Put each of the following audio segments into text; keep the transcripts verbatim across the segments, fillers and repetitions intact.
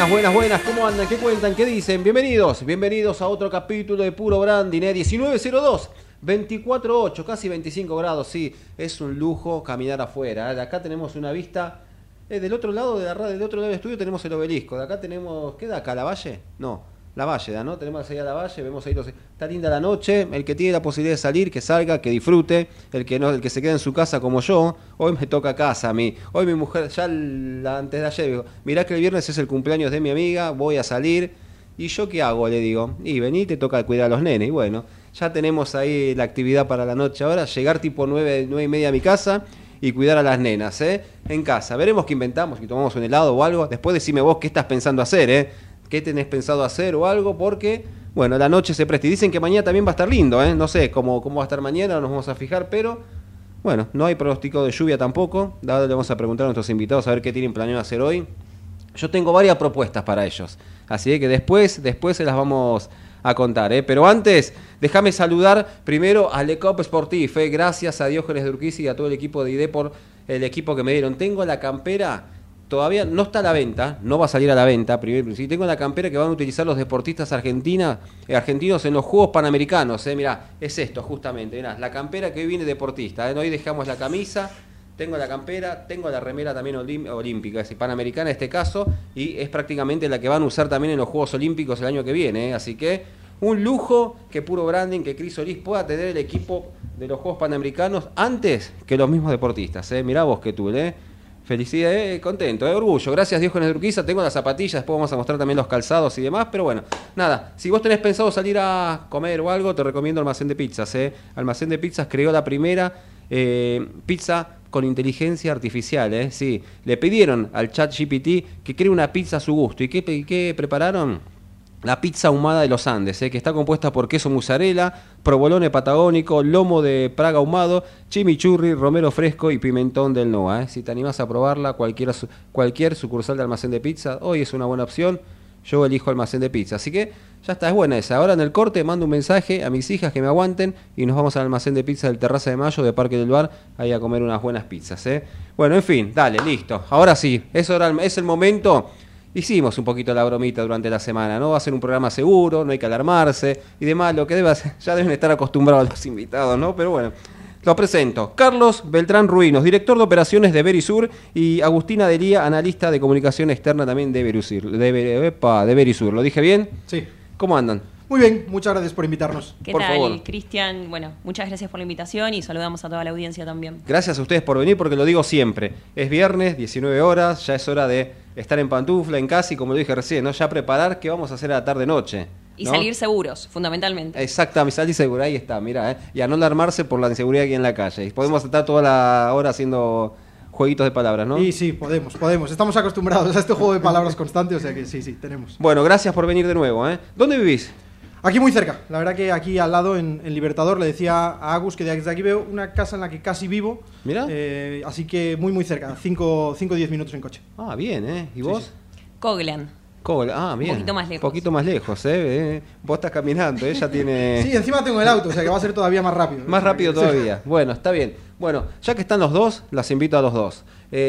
Buenas, buenas, buenas, ¿cómo andan? ¿Qué cuentan? ¿Qué dicen? Bienvenidos, bienvenidos a otro capítulo de Puro Branding, ¿eh? diecinueve cero dos, veinticuatro ocho, casi veinticinco grados, sí, es un lujo caminar afuera, ¿eh? De acá tenemos una vista, eh, del otro lado de la radio, del otro lado del estudio tenemos el obelisco, de acá tenemos, ¿qué da acá? ¿La Valle? No, La Valle, ¿no? Tenemos ahí a La Valle, vemos ahí los... Está linda la noche, el que tiene la posibilidad de salir, que salga, que disfrute, el que no, el que se queda en su casa como yo, hoy me toca casa a mí, hoy mi mujer, ya la, antes de ayer, digo, mirá que el viernes es el cumpleaños de mi amiga, voy a salir, ¿y yo qué hago? Le digo, y vení, te toca cuidar a los nenes, y bueno, ya tenemos ahí la actividad para la noche ahora, llegar tipo nueve, nueve y media a mi casa, y cuidar a las nenas, ¿eh? En casa, veremos qué inventamos, si tomamos un helado o algo, después decime vos qué estás pensando hacer, ¿eh? ¿Qué tenés pensado hacer o algo? Porque, bueno, la noche se presta. Y dicen que mañana también va a estar lindo, ¿eh? No sé cómo, cómo va a estar mañana, nos vamos a fijar, pero, bueno, no hay pronóstico de lluvia tampoco. Ahora le vamos a preguntar a nuestros invitados a ver qué tienen planeado hacer hoy. Yo tengo varias propuestas para ellos. Así que después, después se las vamos a contar, ¿eh? Pero antes, déjame saludar primero a Le Cop Sportif, ¿eh? Gracias a Diógenes de Urquiza y a todo el equipo de I D E por el equipo que me dieron. Tengo la campera... Todavía no está a la venta, no va a salir a la venta. Primero, sí, tengo la campera que van a utilizar los deportistas argentina, eh, argentinos en los Juegos Panamericanos. Eh. Mirá, es esto justamente. Mirá, la campera que hoy viene deportista. Eh. Hoy dejamos la camisa, tengo la campera, tengo la remera también olim- olímpica, es decir, panamericana en este caso, y es prácticamente la que van a usar también en los Juegos Olímpicos el año que viene. Eh. Así que un lujo que Puro Branding, que Cris Solís pueda tener el equipo de los Juegos Panamericanos antes que los mismos deportistas. Eh. Mirá vos que tú, ¿eh? Felicidad, eh, contento, eh, orgullo. Gracias, Diógenes de Urquiza. Tengo las zapatillas, después vamos a mostrar también los calzados y demás. Pero bueno, nada, si vos tenés pensado salir a comer o algo, te recomiendo Almacén de Pizzas. Eh. Almacén de Pizzas creó la primera eh, pizza con inteligencia artificial. Eh. Sí, le pidieron al ChatGPT que cree una pizza a su gusto. ¿Y qué, qué prepararon? La pizza ahumada de los Andes, eh, que está compuesta por queso mozzarella, provolone patagónico, lomo de Praga ahumado, chimichurri, romero fresco y pimentón del Noa. Eh. Si te animás a probarla, cualquier, cualquier sucursal de Almacén de Pizza, hoy es una buena opción. Yo elijo Almacén de Pizza. Así que ya está, es buena esa. Ahora en el corte mando un mensaje a mis hijas que me aguanten y nos vamos al Almacén de Pizza del Terraza de Mayo de Parque del Bar ahí a comer unas buenas pizzas. Eh. Bueno, en fin, dale, listo. Ahora sí, es, hora, es el momento... Hicimos un poquito la bromita durante la semana, ¿no? Va a ser un programa seguro, no hay que alarmarse y demás, lo que debe hacer, ya deben estar acostumbrados los invitados, ¿no? Pero bueno, los presento. Carlos Beltrán Ruinos, director de operaciones de Verisur, y Agustina Delía, analista de comunicación externa también de Verisur. De, epa, de Verisur, ¿lo dije bien? Sí. ¿Cómo andan? Muy bien, muchas gracias por invitarnos. ¿Qué por tal, favor. Cristian? Bueno, muchas gracias por la invitación y saludamos a toda la audiencia también. Gracias a ustedes por venir, porque lo digo siempre. Es viernes, diecinueve horas, ya es hora de estar en pantufla, en casa y como lo dije recién, ¿no? Ya preparar qué vamos a hacer a la tarde-noche. Y ¿no? salir seguros, fundamentalmente. Exactamente, salir seguro, ahí está, mirá, ¿eh? Y a no alarmarse por la inseguridad aquí en la calle. Y podemos estar toda la hora haciendo jueguitos de palabras, ¿no? Y sí, podemos, podemos. Estamos acostumbrados a este juego de palabras constante, o sea que sí, sí, tenemos. Bueno, gracias por venir de nuevo, ¿eh? ¿Dónde vivís? Aquí muy cerca, la verdad que aquí al lado, en, en Libertador, le decía a Agus que desde aquí veo una casa en la que casi vivo. Mira. Eh, así que muy, muy cerca, cinco o diez minutos en coche. Ah, bien, ¿eh? ¿Y Sí, vos? sí. Coglan. Cobol- Ah, bien. Un poquito más lejos. poquito más lejos, ¿eh? eh. Vos estás caminando, ella tiene... Sí, encima tengo el auto, o sea que va a ser todavía más rápido. Más rápido Sí. todavía. Bueno, está bien. Bueno, ya que están los dos, las invito a los dos.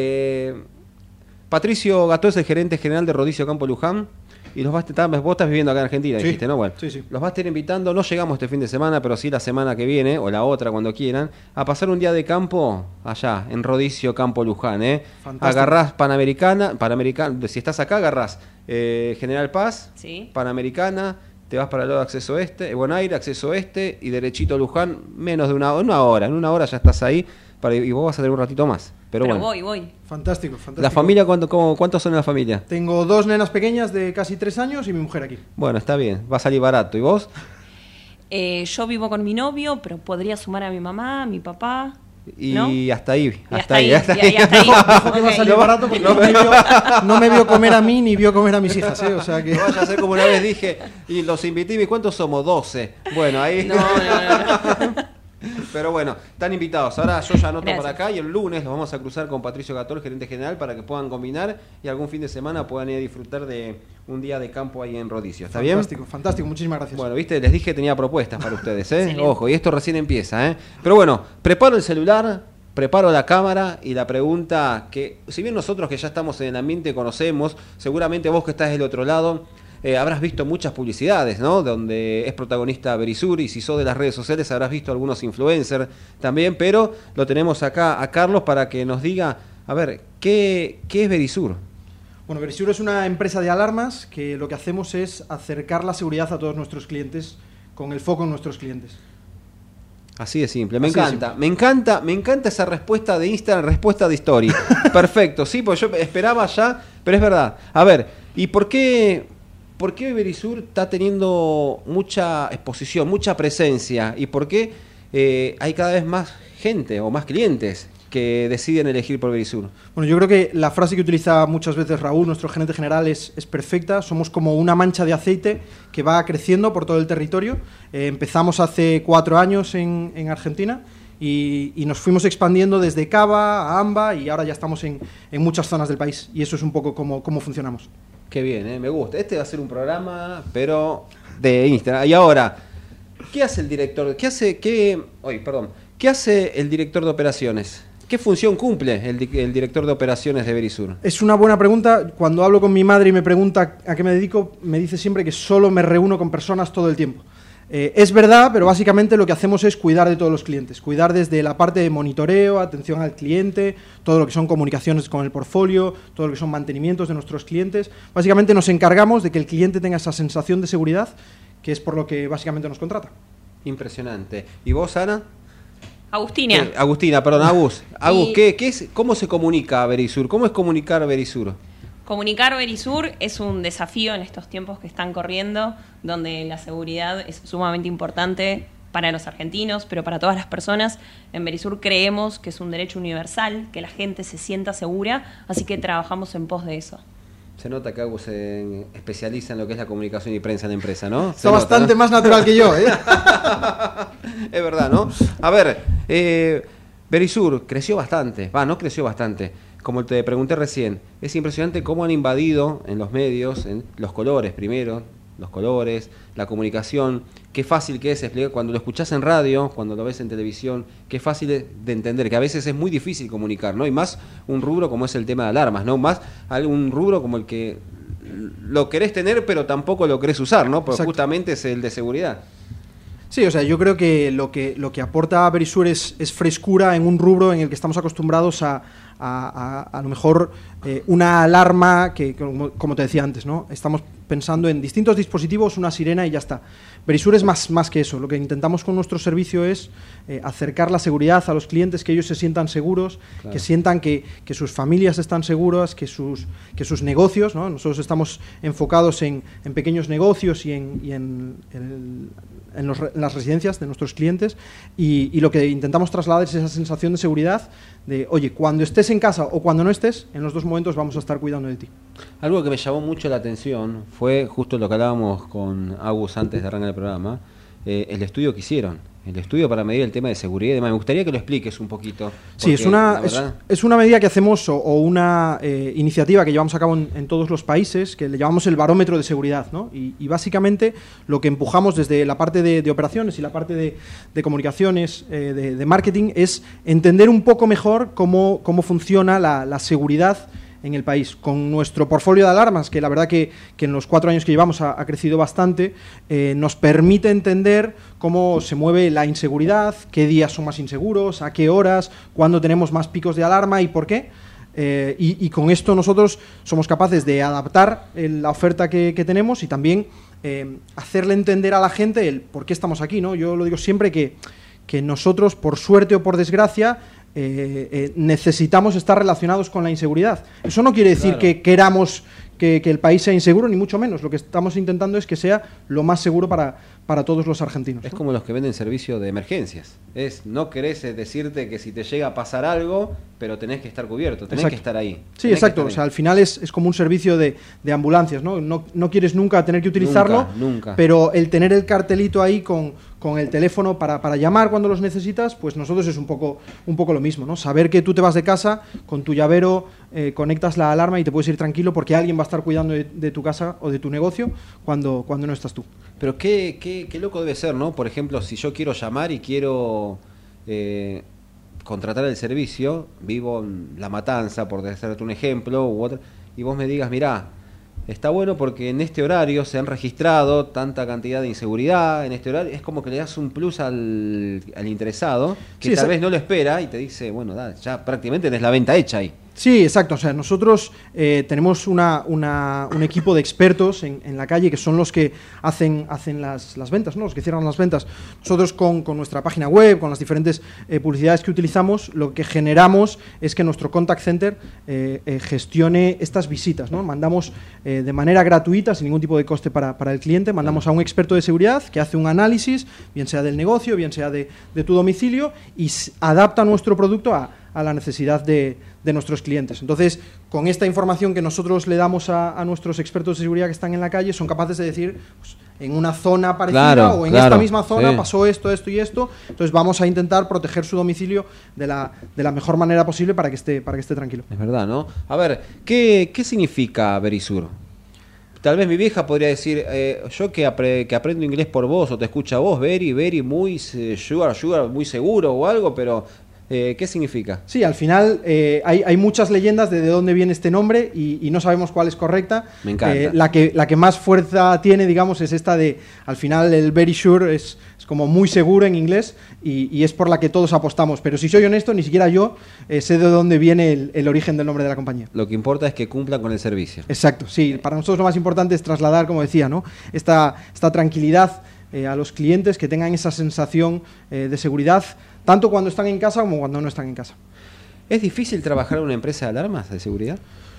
Eh, Patricio Gató es el gerente general de Rodicio Campo Luján. Y los vas a estar, vos estás viviendo acá en Argentina, Sí, dijiste, ¿no? Bueno, sí, sí. los vas a estar invitando, no llegamos este fin de semana, pero sí la semana que viene, o la otra cuando quieran, a pasar un día de campo allá, en Rodicio Campo Luján, ¿eh? Fantástico. Agarrás Panamericana, Panamericana, si estás acá agarrás eh, General Paz, Sí. Panamericana, te vas para el lado de acceso este, eh, Bonaire, acceso este, y derechito Luján, menos de una, una hora, en una hora ya estás ahí, para, y vos vas a tener un ratito más. Pero, Pero bueno, voy, voy. Fantástico, fantástico. ¿la familia cuánto, cómo- cuántos son en la familia? Tengo dos nenas pequeñas de casi tres años y mi mujer aquí. Bueno, está bien, va a salir barato. ¿Y vos? Eh, yo vivo con mi novio, pero podría sumar a mi mamá, a mi papá. Y ¿no? hasta ahí, Y hasta ahí, y- hasta y- ahí. y hasta ahí. Dijo que va a Ok. salir barato porque no me, vio, no me vio comer a mí ni vio comer a mis hijas, ¿eh? O sea que... No vaya a ser como una vez dije, y los invité, ¿y cuántos somos? doce. Bueno, ahí... No, no, no, no. Pero bueno, están invitados. Ahora yo ya anoto Gracias. para acá y el lunes los vamos a cruzar con Patricio Gató, el gerente general, para que puedan combinar y algún fin de semana puedan ir a disfrutar de un día de campo ahí en Rodicio. ¿Está bien? Fantástico, fantástico, muchísimas gracias. Bueno, viste, les dije que tenía propuestas para ustedes, ¿eh? Excelente. Ojo, y esto recién empieza, ¿eh? Pero bueno, preparo el celular, preparo la cámara y la pregunta que, si bien nosotros que ya estamos en el ambiente conocemos, seguramente vos que estás del otro lado, eh, habrás visto muchas publicidades, ¿no? Donde es protagonista Verisur, y si sos de las redes sociales habrás visto algunos influencers también, pero lo tenemos acá a Carlos para que nos diga, a ver, ¿qué, qué es Verisur? Bueno, Verisur es una empresa de alarmas que lo que hacemos es acercar la seguridad a todos nuestros clientes con el foco en nuestros clientes. Así de simple, me Así de encanta, simple. me encanta, me encanta esa respuesta de Instagram, respuesta de story. Perfecto, sí, pues yo esperaba ya, pero es verdad. A ver, ¿y por qué, por qué Verisur está teniendo mucha exposición, mucha presencia? ¿Y por qué eh, hay cada vez más gente o más clientes que deciden elegir por Verisur? Bueno, yo creo que la frase que utiliza muchas veces Raúl, nuestro gerente general, es, es perfecta. Somos como una mancha de aceite que va creciendo por todo el territorio. Eh, empezamos hace cuatro años en, en Argentina y, y nos fuimos expandiendo desde Cava a Amba y ahora ya estamos en, en muchas zonas del país. Y eso es un poco cómo, cómo funcionamos. Qué bien, ¿eh? Me gusta. Este va a ser un programa, pero de Instagram. Y ahora, ¿qué hace el director? ¿Qué hace, qué, oye, perdón, ¿qué hace el director de operaciones? ¿Qué función cumple el, el director de operaciones de Verisur? Es una buena pregunta. Cuando hablo con mi madre y me pregunta a qué me dedico, me dice siempre que solo me reúno con personas todo el tiempo. Eh, es verdad, pero básicamente lo que hacemos es cuidar de todos los clientes, cuidar desde la parte de monitoreo, atención al cliente, todo lo que son comunicaciones con el portfolio, todo lo que son mantenimientos de nuestros clientes. Básicamente nos encargamos de que el cliente tenga esa sensación de seguridad, que es por lo que básicamente nos contrata. Impresionante. ¿Y vos, Ana? Agustina. Eh, Agustina, perdón, Agus. Agus, Y- ¿qué, qué es, ¿cómo se comunica Verisur? ¿Cómo es comunicar Verisur? Comunicar Verisur es un desafío en estos tiempos que están corriendo, donde la seguridad es sumamente importante para los argentinos, pero para todas las personas. En Verisur creemos que es un derecho universal, que la gente se sienta segura, así que trabajamos en pos de eso. Se nota que Agus se especializa en lo que es la comunicación y prensa en la empresa, ¿no? Se Está nota, bastante ¿no? más natural que yo, ¿eh? Es verdad, ¿no? A ver, eh, Verisur creció bastante, va, no creció bastante. Como te pregunté recién, es impresionante cómo han invadido en los medios, en los colores primero, los colores, la comunicación, qué fácil que es explicar, cuando lo escuchás en radio, cuando lo ves en televisión, qué fácil es de entender, que a veces es muy difícil comunicar, ¿no? Y más un rubro como es el tema de alarmas, ¿no? Más un rubro como el que lo querés tener pero tampoco lo querés usar, ¿no? Porque Exacto. justamente es el de seguridad. Sí, o sea, yo creo que lo que, lo que aporta Verisur es, es frescura en un rubro en el que estamos acostumbrados a, a, a, a lo mejor eh, una alarma que, como, como te decía antes, ¿no? Estamos pensando en distintos dispositivos, una sirena y ya está. Verisur es más, más que eso. Lo que intentamos con nuestro servicio es eh, acercar la seguridad a los clientes, que ellos se sientan seguros, Claro. que sientan que, que sus familias están seguras, que sus, que sus negocios, ¿no? Nosotros estamos enfocados en, en pequeños negocios y en, y en, en, en, los, en las residencias de nuestros clientes y, y lo que intentamos trasladar es esa sensación de seguridad de, oye, cuando estés en casa o cuando no estés, en los dos momentos vamos a estar cuidando de ti. Algo que me llamó mucho la atención fue justo lo que hablábamos con Agus antes de arrancar el programa, eh, el estudio que hicieron, el estudio para medir el tema de seguridad y demás. Me gustaría que lo expliques un poquito. Sí, es porque, una, la es, verdad, es una medida que hacemos o, o una eh, iniciativa que llevamos a cabo en, en todos los países, que le llamamos el barómetro de seguridad, ¿no? Y, y básicamente lo que empujamos desde la parte de, de operaciones y la parte de, de comunicaciones, eh, de, de marketing, es entender un poco mejor cómo, cómo funciona la, la seguridad en el país. Con nuestro portfolio de alarmas, que la verdad que, que en los cuatro años que llevamos ha, ha crecido bastante, eh, nos permite entender cómo se mueve la inseguridad, qué días son más inseguros, a qué horas, cuándo tenemos más picos de alarma y por qué. Eh, y, y con esto nosotros somos capaces de adaptar el, la oferta que, que tenemos y también eh, hacerle entender a la gente el por qué estamos aquí, ¿no? Yo lo digo siempre que, que nosotros, por suerte o por desgracia, Eh, eh, necesitamos estar relacionados con la inseguridad. Eso no quiere decir Claro. que queramos que, que el país sea inseguro, ni mucho menos. Lo que estamos intentando es que sea lo más seguro para, para todos los argentinos, es ¿no? como los que venden servicio de emergencias. Es, no querés eh, decirte que si te llega a pasar algo, pero tenés que estar cubierto, tenés Exacto. que estar ahí. Sí, tenés que exacto. estar O sea, ahí. al final es, es como un servicio de, de ambulancias, ¿no? ¿no? No quieres nunca tener que utilizarlo, Nunca, nunca. pero el tener el cartelito ahí con, con el teléfono para, para llamar cuando los necesitas, pues nosotros es un poco, un poco lo mismo, ¿no? Saber que tú te vas de casa, con tu llavero eh, conectas la alarma y te puedes ir tranquilo porque alguien va a estar cuidando de, de tu casa o de tu negocio cuando, cuando no estás tú. Pero qué, qué, qué loco debe ser, ¿no? Por ejemplo, si yo quiero llamar y quiero... Eh, contratar el servicio, vivo en La Matanza, por darte un ejemplo, u otro, y vos me digas, mirá, está bueno porque en este horario se han registrado tanta cantidad de inseguridad, en este horario, es como que le das un plus al, al interesado, que sí, tal esa... vez no lo espera y te dice, bueno, da, ya prácticamente tenés la venta hecha ahí. Sí, exacto. O sea, nosotros eh, tenemos una, una, un equipo de expertos en, en la calle que son los que hacen, hacen las, las ventas, ¿no? Los que cierran las ventas. Nosotros con, con nuestra página web, con las diferentes eh, publicidades que utilizamos, lo que generamos es que nuestro contact center eh, eh, gestione estas visitas, ¿no? Mandamos eh, de manera gratuita, sin ningún tipo de coste para, para el cliente, mandamos a un experto de seguridad que hace un análisis, bien sea del negocio, bien sea de, de tu domicilio, y adapta nuestro producto a a la necesidad de, de nuestros clientes. Entonces, con esta información que nosotros le damos a, a nuestros expertos de seguridad que están en la calle, son capaces de decir, pues, en una zona parecida claro, o en claro, esta misma zona sí. pasó esto, esto y esto, entonces vamos a intentar proteger su domicilio de la, de la mejor manera posible para que esté, para que esté tranquilo. Es verdad, ¿no? A ver, ¿qué, qué significa Verisur? Tal vez mi vieja podría decir, eh, yo que, apre, que aprendo inglés por vos, o te escucha a vos, Veri, Veri, muy eh, sugar, sugar, muy seguro o algo, pero... Eh, ¿qué significa? Sí, al final eh, hay, hay muchas leyendas de, de dónde viene este nombre y, y no sabemos cuál es correcta. Me encanta. Eh, la, que, la que más fuerza tiene, digamos, es esta de, al final el very sure es, es como muy seguro en inglés y, y es por la que todos apostamos. Pero si soy honesto, ni siquiera yo eh, sé de dónde viene el, el origen del nombre de la compañía. Lo que importa es que cumplan con el servicio. Exacto, sí. Para nosotros lo más importante es trasladar, como decía, ¿no? esta, esta tranquilidad eh, a los clientes, que tengan esa sensación eh, de seguridad, tanto cuando están en casa como cuando no están en casa. ¿Es difícil trabajar en una empresa de alarmas de seguridad?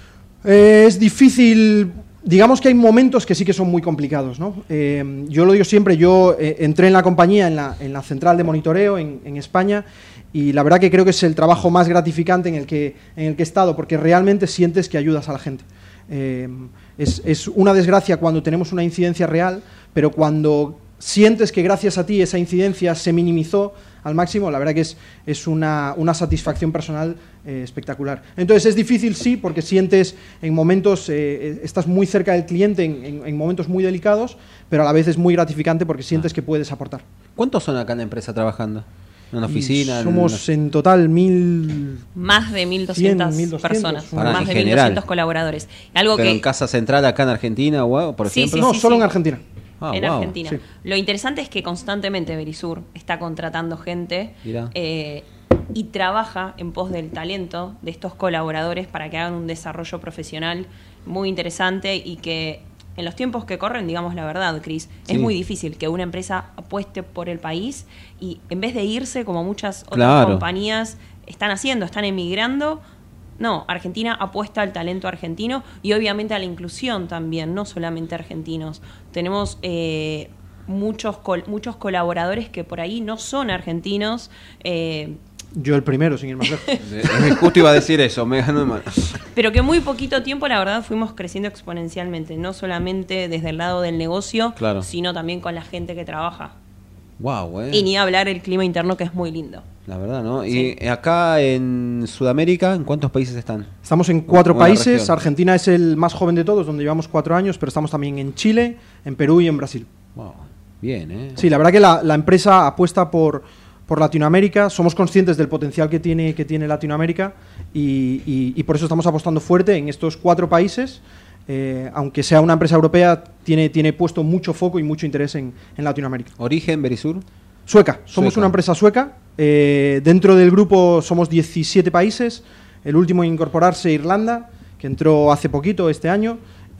Eh, es difícil, digamos que hay momentos que sí que son muy complicados, ¿no? Eh, yo lo digo siempre, yo eh, entré en la compañía, en la, en la central de monitoreo en, en España, y la verdad que creo que es el trabajo más gratificante en el que, en el que he estado, porque realmente sientes que ayudas a la gente. Eh, es, es una desgracia cuando tenemos una incidencia real, pero cuando sientes que gracias a ti esa incidencia se minimizó al máximo, la verdad que es, es una, una satisfacción personal eh, espectacular. Entonces es difícil, sí, porque sientes en momentos, eh, estás muy cerca del cliente en, en, en momentos muy delicados, pero a la vez es muy gratificante porque sientes que puedes aportar. ¿Cuántos son acá en la empresa trabajando? ¿En una oficina? Y somos en, en total mil... Más de mil doscientas personas, Para, más en de general. mil doscientos colaboradores. Algo ¿Pero que... en Casa Central acá en Argentina, wow, por Sí, ejemplo? sí, No, sí, solo sí. en Argentina. Ah, en wow. Argentina. Sí. Lo interesante es que constantemente Verisur está contratando gente eh, y trabaja en pos del talento de estos colaboradores para que hagan un desarrollo profesional muy interesante y que en los tiempos que corren, digamos la verdad, Cris, Sí. es muy difícil que una empresa apueste por el país y en vez de irse como muchas otras Claro. compañías están haciendo, están emigrando. No, Argentina apuesta al talento argentino y obviamente a la inclusión también, no solamente argentinos. Tenemos eh, muchos col- muchos colaboradores que por ahí no son argentinos. Eh, Yo el primero, sin ir más lejos. Justo iba a decir eso, me ganó de mal. pero que en muy poquito tiempo, la verdad, fuimos creciendo exponencialmente, no solamente desde el lado del negocio, Claro. sino también con la gente que trabaja. Wow, eh. Y ni hablar el clima interno, que es muy lindo. La verdad, ¿no? Sí. Y acá en Sudamérica, ¿en cuántos países están? Estamos en cuatro Buena países. región. Argentina es el más joven de todos, donde llevamos cuatro años, pero estamos también en Chile, en Perú y en Brasil. Wow, bien, ¿eh? Sí, la verdad que la, la empresa apuesta por, por Latinoamérica. Somos conscientes del potencial que tiene, que tiene Latinoamérica y, y, y por eso estamos apostando fuerte en estos cuatro países. Eh, aunque sea una empresa europea, tiene, tiene puesto mucho foco y mucho interés en, en Latinoamérica. ¿Origen, Verisur? Sueca, somos Sueca. una empresa sueca. Eh, dentro del grupo somos diecisiete países. El último en incorporarse, Irlanda, que entró hace poquito, este año.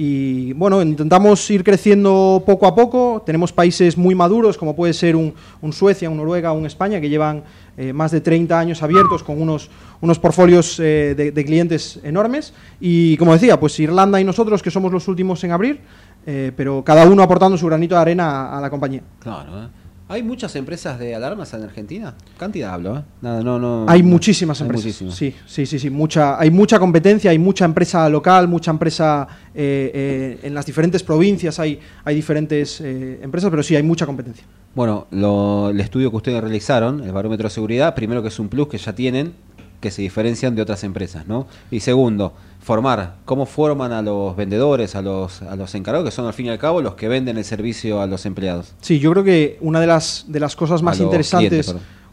Y bueno, intentamos ir creciendo poco a poco. Tenemos países muy maduros, como puede ser un, un Suecia, un Noruega, un España, que llevan eh, más de treinta años abiertos con unos, unos portfolios eh, de, de clientes enormes. Y como decía, pues Irlanda y nosotros, que somos los últimos en abrir, eh, pero cada uno aportando su granito de arena a, a la compañía. Claro, ¿eh? ¿Hay muchas empresas de alarmas en Argentina? Cantidad hablo, ¿eh? Nada, no, no, Hay no, muchísimas hay empresas. muchísimas. Sí, sí, sí, sí. Mucha, hay mucha competencia, hay mucha empresa local, mucha empresa eh, eh, en las diferentes provincias hay, hay diferentes eh, empresas, pero sí hay mucha competencia. Bueno, lo, el estudio que ustedes realizaron, el barómetro de seguridad, primero que es un plus que ya tienen, que se diferencian de otras empresas, ¿no? Y segundo, formar, cómo forman a los vendedores, a los, a los encargados, que son al fin y al cabo los que venden el servicio a los empleados. Sí, yo creo que una de las, de las cosas más A los interesantes, clientes, perdón.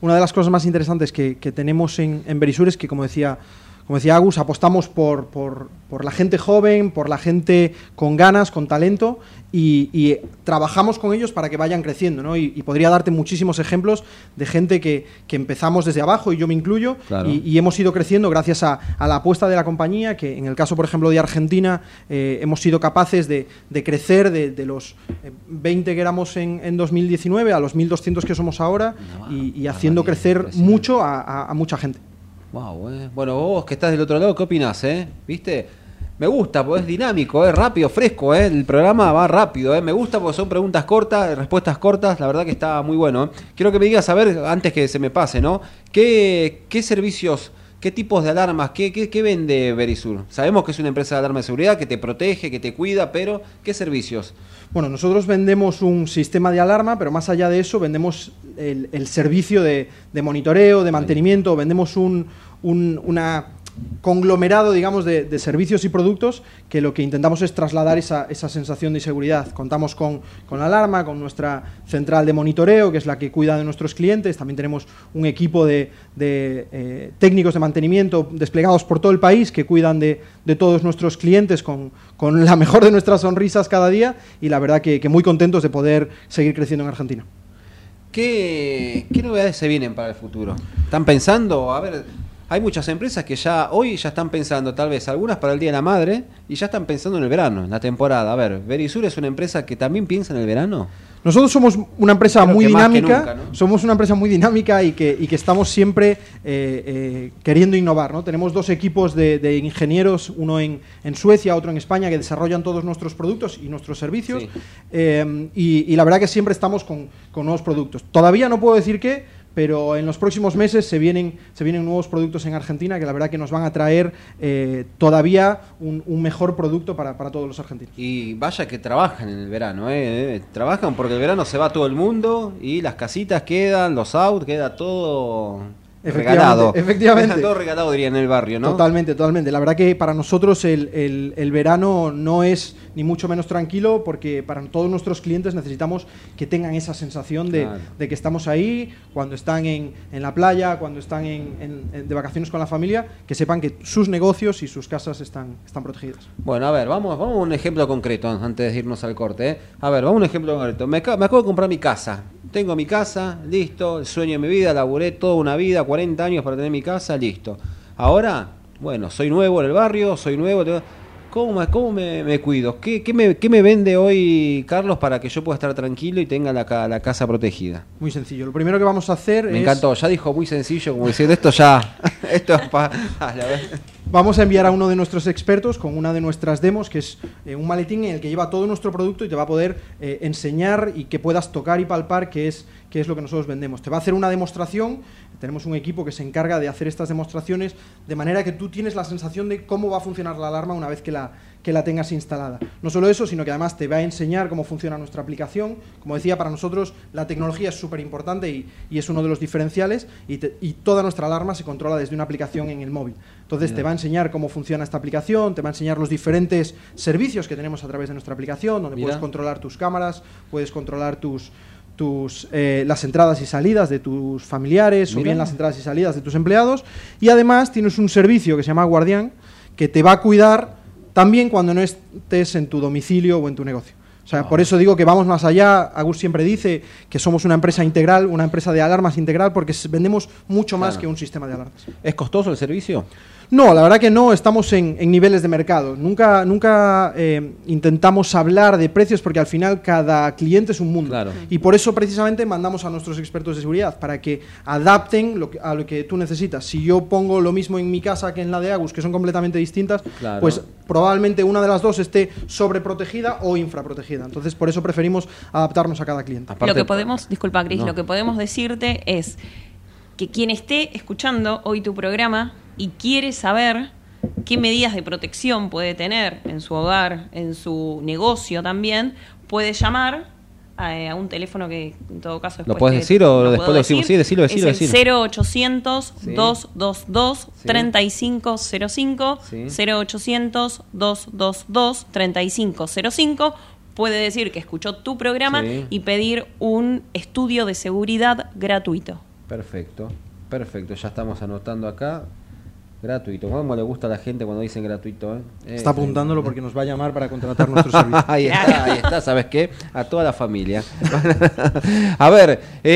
una de las cosas más interesantes que, que tenemos en, en Verisur es que, como decía, como decía Agus, apostamos por, por, por la gente joven, por la gente con ganas, con talento, y, y trabajamos con ellos para que vayan creciendo, ¿no? Y, y podría darte muchísimos ejemplos de gente que, que empezamos desde abajo, y yo me incluyo, claro. y, y hemos ido creciendo gracias a, a la apuesta de la compañía, que en el caso, por ejemplo, de Argentina, eh, hemos sido capaces de, de crecer de, de los veinte que éramos en, en dos mil diecinueve a los mil doscientos que somos ahora, no, y, y haciendo crecer mucho a, a, a mucha gente. Wow, eh. Bueno, vos que estás del otro lado, ¿qué opinás, eh? ¿Viste? Me gusta, porque es dinámico, es rápido, fresco, eh. El programa va rápido, eh. Me gusta porque son preguntas cortas, respuestas cortas, la verdad que está muy bueno, eh. Quiero que me digas, a ver, antes que se me pase, ¿no? ¿Qué, qué servicios, qué tipos de alarmas, qué, qué, qué vende Verisur? Sabemos que es una empresa de alarma de seguridad que te protege, que te cuida, pero ¿qué servicios? Bueno, nosotros vendemos un sistema de alarma, pero más allá de eso vendemos el, el servicio de, de monitoreo, de mantenimiento, vendemos un, un una conglomerado, digamos, de, de servicios y productos que lo que intentamos es trasladar esa, esa sensación de seguridad. Contamos con, con la alarma, con nuestra central de monitoreo, que es la que cuida de nuestros clientes. También tenemos un equipo de, de eh, técnicos de mantenimiento desplegados por todo el país que cuidan de, de todos nuestros clientes con, con la mejor de nuestras sonrisas cada día, y la verdad que, que muy contentos de poder seguir creciendo en Argentina. ¿Qué, qué novedades se vienen para el futuro? ¿Están pensando? A ver... Hay muchas empresas que ya hoy ya están pensando, tal vez algunas para el Día de la Madre, y ya están pensando en el verano, en la temporada. A ver, ¿Verisur es una empresa que también piensa en el verano? Nosotros somos una empresa Creo muy dinámica, nunca, ¿no? somos una empresa muy dinámica y que, y que estamos siempre eh, eh, queriendo innovar, ¿no? Tenemos dos equipos de, de ingenieros, uno en, en Suecia, otro en España, que desarrollan todos nuestros productos y nuestros servicios, sí. eh, y, y la verdad que siempre estamos con, con nuevos productos. Todavía no puedo decir qué, pero en los próximos meses se vienen se vienen nuevos productos en Argentina que la verdad que nos van a traer eh, todavía un, un mejor producto para, para todos los argentinos. Y vaya que trabajan en el verano, ¿eh? Trabajan porque el verano se va todo el mundo y las casitas quedan, los autos, queda todo... Efectivamente, regalado. efectivamente. Todo regalado, diría, en el barrio, ¿no? Totalmente, totalmente. La verdad que para nosotros el, el, el verano no es ni mucho menos tranquilo, porque para todos nuestros clientes necesitamos que tengan esa sensación de, claro. de que estamos ahí, cuando están en, en la playa, cuando están en, en, en, de vacaciones con la familia, que sepan que sus negocios y sus casas están, están protegidas. Bueno, a ver, vamos, vamos a un ejemplo concreto antes de irnos al corte, ¿eh? A ver, vamos a un ejemplo concreto. Me, me acabo de comprar mi casa. Tengo mi casa, listo, el sueño de mi vida, laburé toda una vida, cuarenta años para tener mi casa, listo. Ahora, bueno, soy nuevo en el barrio, soy nuevo. ¿Cómo, me, cómo me, me cuido? ¿Qué, qué, me, ¿Qué me vende hoy, Carlos, para que yo pueda estar tranquilo y tenga la, la casa protegida? Muy sencillo. Lo primero que vamos a hacer me es... Me encantó, ya dijo muy sencillo, como diciendo esto ya... esto es para... Vamos a enviar a uno de nuestros expertos con una de nuestras demos, que es eh, un maletín en el que lleva todo nuestro producto y te va a poder eh, enseñar y que puedas tocar y palpar qué es, qué es lo que nosotros vendemos. Te va a hacer una demostración. Tenemos un equipo que se encarga de hacer estas demostraciones de manera que tú tienes la sensación de cómo va a funcionar la alarma una vez que la, que la tengas instalada. No solo eso, sino que además te va a enseñar cómo funciona nuestra aplicación. Como decía, para nosotros la tecnología es súper importante y, y es uno de los diferenciales, y, te, y toda nuestra alarma se controla desde una aplicación en el móvil. Entonces Bien. te va a enseñar cómo funciona esta aplicación, te va a enseñar los diferentes servicios que tenemos a través de nuestra aplicación, donde Mira. puedes controlar tus cámaras, puedes controlar tus... tus eh, las entradas y salidas de tus familiares, Mira. o bien las entradas y salidas de tus empleados, y además tienes un servicio que se llama Guardián, que te va a cuidar también cuando no estés en tu domicilio o en tu negocio. O sea, oh. por eso digo que vamos más allá. Agus siempre dice que somos una empresa integral, una empresa de alarmas integral, porque vendemos mucho más claro. que un sistema de alarmas. ¿Es costoso el servicio? No, la verdad que no, estamos en, en niveles de mercado. Nunca, nunca eh, intentamos hablar de precios, porque al final cada cliente es un mundo. Claro. Y por eso precisamente mandamos a nuestros expertos de seguridad, para que adapten lo que, a lo que tú necesitas. Si yo pongo lo mismo en mi casa que en la de Agus, que son completamente distintas, claro. pues probablemente una de las dos esté sobreprotegida o infraprotegida. Entonces, por eso preferimos adaptarnos a cada cliente. Aparte, lo que podemos, disculpa Cris, no. lo que podemos decirte es que quien esté escuchando hoy tu programa y quiere saber qué medidas de protección puede tener en su hogar, en su negocio también, puede llamar a, a un teléfono que en todo caso después... ¿Lo puedes decir o después lo decimos? Sí, decilo, decilo, es el cero ochocientos, dos dos dos, treinta y cinco cero cinco, sí. cero ochocientos, dos dos dos, treinta y cinco cero cinco. Puede decir que escuchó tu programa sí. y pedir un estudio de seguridad gratuito. Perfecto, perfecto, ya estamos anotando acá. Gratuito, ¿cómo le gusta a la gente cuando dicen gratuito? ¿eh? Está eh, apuntándolo eh, porque nos va a llamar para contratar nuestro servicio. Ahí está, ahí está, ¿sabes qué? A toda la familia. A ver,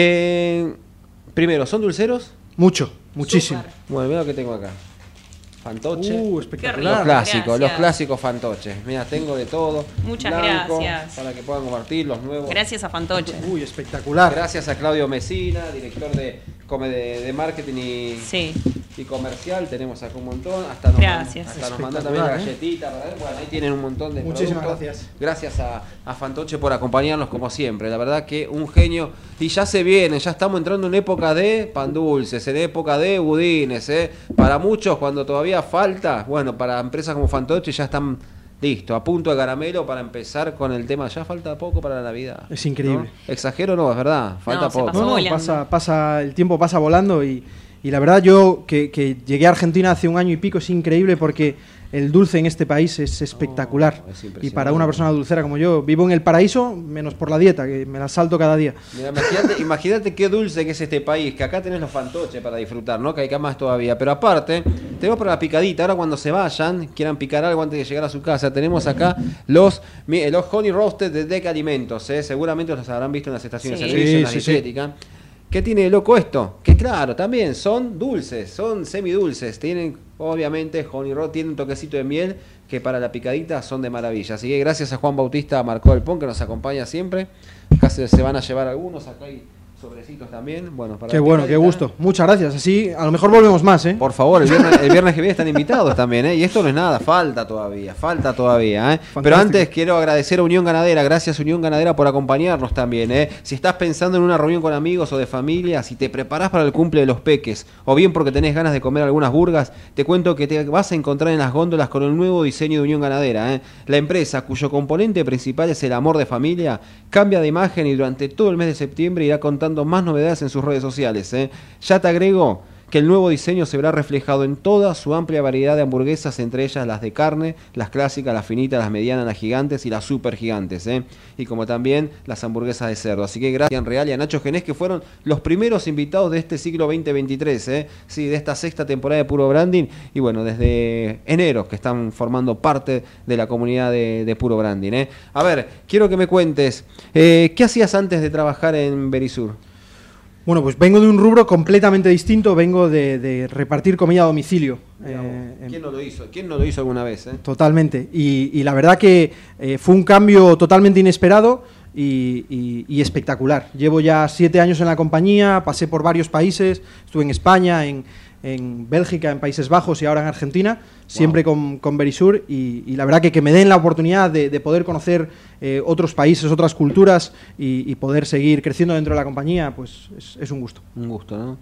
eh, primero, ¿son dulceros? Mucho, muchísimo. Super. Bueno, mira lo que tengo acá. Fantoche. Uh, espectacular. Los clásicos, Gracias. los clásicos fantoches. Mira, tengo de todo. Muchas Blanco, gracias. Para que puedan compartir los nuevos. Gracias a Fantoche. Uy, espectacular. Gracias a Claudio Mesina, director de, de, de marketing y, Sí. y comercial. Tenemos acá un montón. Hasta nos, Gracias. hasta nos mandó también la galletita. Para ver. Bueno, ahí tienen un montón de Muchísimas productos. gracias. Gracias a, a Fantoche por acompañarnos como siempre. La verdad que un genio. Y ya se viene, ya estamos entrando en época de pan dulces, en época de budines. ¿eh? Para muchos, cuando todavía falta, bueno, para empresas como Fantoche ya están listos, a punto de caramelo para empezar con el tema. Ya falta poco para la Navidad. Es increíble. ¿No? Exagero no, es verdad, falta No, se poco. pasó No, no, volando. pasa, pasa, el tiempo pasa volando y, y la verdad yo que, que llegué a Argentina hace un año y pico es increíble porque el dulce en este país es espectacular. Oh, es impresionante. Y para una persona dulcera como yo, vivo en el paraíso, menos por la dieta, que me la salto cada día. Mira, imagínate, imagínate qué dulce que es este país, que acá tenés los fantoches para disfrutar, ¿no? Que hay acá más todavía. Pero aparte, tenemos para la picadita, ahora cuando se vayan, quieran picar algo antes de llegar a su casa, tenemos acá los, los Honey Roasted de Deca Alimentos, ¿eh? Seguramente los habrán visto en las estaciones Sí. de servicio, Sí, en la sí, sí. dietética. ¿Qué tiene de loco esto? Que claro, también son dulces, son semidulces, tienen obviamente Honey Roast, tienen un toquecito de miel que para la picadita son de maravilla. Así que gracias a Juan Bautista Marcó del Pon que nos acompaña siempre. Acá se, se van a llevar algunos, acá hay sobrecitos también. Bueno, para Qué la bueno, qué picadita. gusto. Muchas gracias. Así a lo mejor volvemos más, ¿eh? Por favor, el viernes, el viernes que viene están invitados también, ¿eh? Y esto no es nada, falta todavía, falta todavía, ¿eh? Fantástico. Pero antes quiero agradecer a Unión Ganadera, gracias Unión Ganadera por acompañarnos también, ¿eh? Si estás pensando en una reunión con amigos o de familia, si te preparás para el cumple de los peques, o bien porque tenés ganas de comer algunas burgas, te cuento que te vas a encontrar en las góndolas con el nuevo diseño de Unión Ganadera, ¿eh? La empresa, cuyo componente principal es el amor de familia, cambia de imagen y durante todo el mes de septiembre irá contando más novedades en sus redes sociales. ¿eh? Ya te agrego que el nuevo diseño se verá reflejado en toda su amplia variedad de hamburguesas, entre ellas las de carne, las clásicas, las finitas, las medianas, las gigantes y las super gigantes, ¿eh? y como también las hamburguesas de cerdo. Así que gracias a Real y a Nacho Genés, que fueron los primeros invitados de este ciclo veinte veintitrés, ¿eh? sí, de esta sexta temporada de Puro Branding, y bueno, desde enero que están formando parte de la comunidad de, de Puro Branding. ¿eh? A ver, quiero que me cuentes, eh, ¿qué hacías antes de trabajar en Verisur? Bueno, pues vengo de un rubro completamente distinto, vengo de, de repartir comida a domicilio. Eh, ¿Quién no lo hizo? ¿Quién no lo hizo alguna vez? Eh? Totalmente. Y, y la verdad que eh, fue un cambio totalmente inesperado y, y, y espectacular. Llevo ya siete años en la compañía, pasé por varios países, estuve en España, en, en Bélgica, en Países Bajos y ahora en Argentina, siempre wow. con, con Verisur. Y, y la verdad que, que me den la oportunidad de, de poder conocer eh, otros países, otras culturas y, y poder seguir creciendo dentro de la compañía, pues es, es un gusto. Un gusto, ¿no?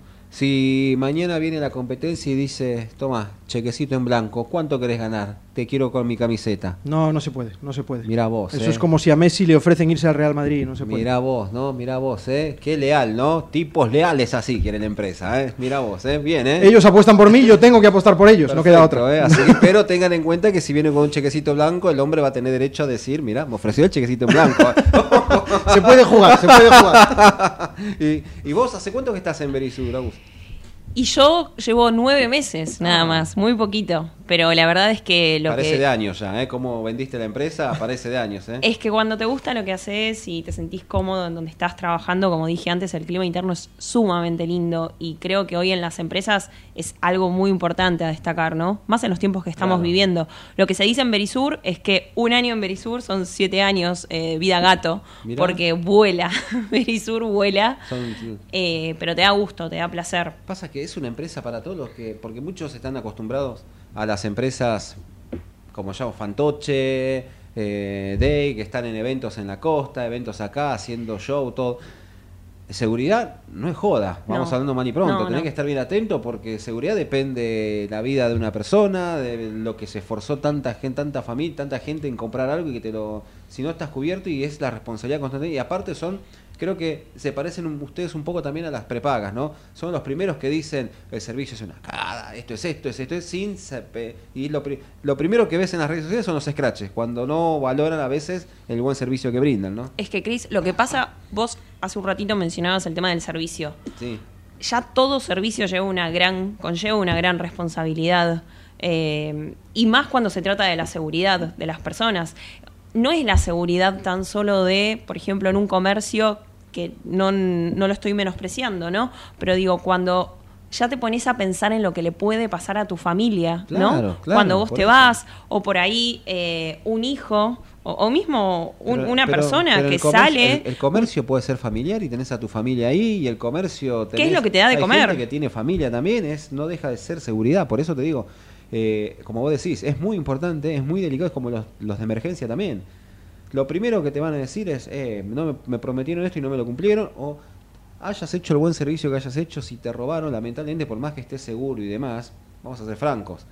Si mañana viene la competencia y dice, toma, chequecito en blanco, ¿cuánto querés ganar? Te quiero con mi camiseta. No, no se puede, no se puede. Mirá vos, Eso eh. es como si a Messi le ofrecen irse al Real Madrid, no se puede. Mirá vos, ¿no? Mirá vos, ¿eh? Qué leal, ¿no? Tipos leales así quiere la empresa, ¿eh? Mirá vos, ¿eh? Bien, ¿eh? Ellos apuestan por mí, yo tengo que apostar por ellos, Perfecto, no queda otra. ¿eh? Así que, pero tengan en cuenta que si viene con un chequecito blanco, el hombre va a tener derecho a decir, mira, me ofreció el chequecito en blanco. Se puede jugar, se puede jugar. ¿Y, ¿Y vos hace cuánto que estás en Verisur, Agus? Y yo llevo nueve meses, nada más, muy poquito. Pero la verdad es que lo Parece que... de años ya, ¿eh? Cómo vendiste la empresa, parece de años, ¿eh? Es que cuando te gusta lo que haces y te sentís cómodo en donde estás trabajando, como dije antes, el clima interno es sumamente lindo y creo que hoy en las empresas es algo muy importante a destacar, ¿no? Más en los tiempos que estamos Claro. viviendo. Lo que se dice en Verisur es que un año en Verisur son siete años eh, vida gato, Mirá. porque vuela, Verisur vuela, Son- eh, pero te da gusto, te da placer. Pasa que es una empresa para todos los que, porque muchos están acostumbrados a las empresas como ya Fantoche, eh, Day, que están en eventos en la costa, eventos acá, haciendo show, todo. Seguridad no es joda, vamos No. hablando mal y pronto, No, tenés no. que estar bien atento porque seguridad depende de la vida de una persona, de lo que se esforzó tanta gente, tanta familia, tanta gente en comprar algo y que te lo, si no estás cubierto y es la responsabilidad constante y aparte son, creo que se parecen un- ustedes un poco también a las prepagas, ¿no? Son los primeros que dicen el servicio es una cagada, esto es esto, es esto, es sin sape- y lo, pri- lo primero que ves en las redes sociales son los scratches, cuando no valoran a veces el buen servicio que brindan, ¿no? Es que, Cris, lo que pasa, vos hace un ratito mencionabas el tema del servicio. Sí. ya todo servicio lleva una gran, conlleva una gran responsabilidad. Eh, y más cuando se trata de la seguridad de las personas. No es la seguridad tan solo de, por ejemplo, en un comercio, que no, no lo estoy menospreciando, ¿no? Pero digo, cuando ya te pones a pensar en lo que le puede pasar a tu familia, claro, ¿no? Claro, cuando vos te eso. vas, o por ahí eh, un hijo, o, o mismo un, Pero, una pero, persona pero que el comercio, sale... El, el comercio puede ser familiar y tenés a tu familia ahí, y el comercio... Tenés, ¿Qué es lo que te da de hay comer? gente que tiene familia también, es no deja de ser seguridad. Por eso te digo, eh, como vos decís, es muy importante, es muy delicado, es como los, los de emergencia también. Lo primero que te van a decir es, eh, no me, me prometieron esto y no me lo cumplieron, o hayas hecho el buen servicio que hayas hecho, si te robaron, lamentablemente, por más que estés seguro y demás, vamos a ser francos,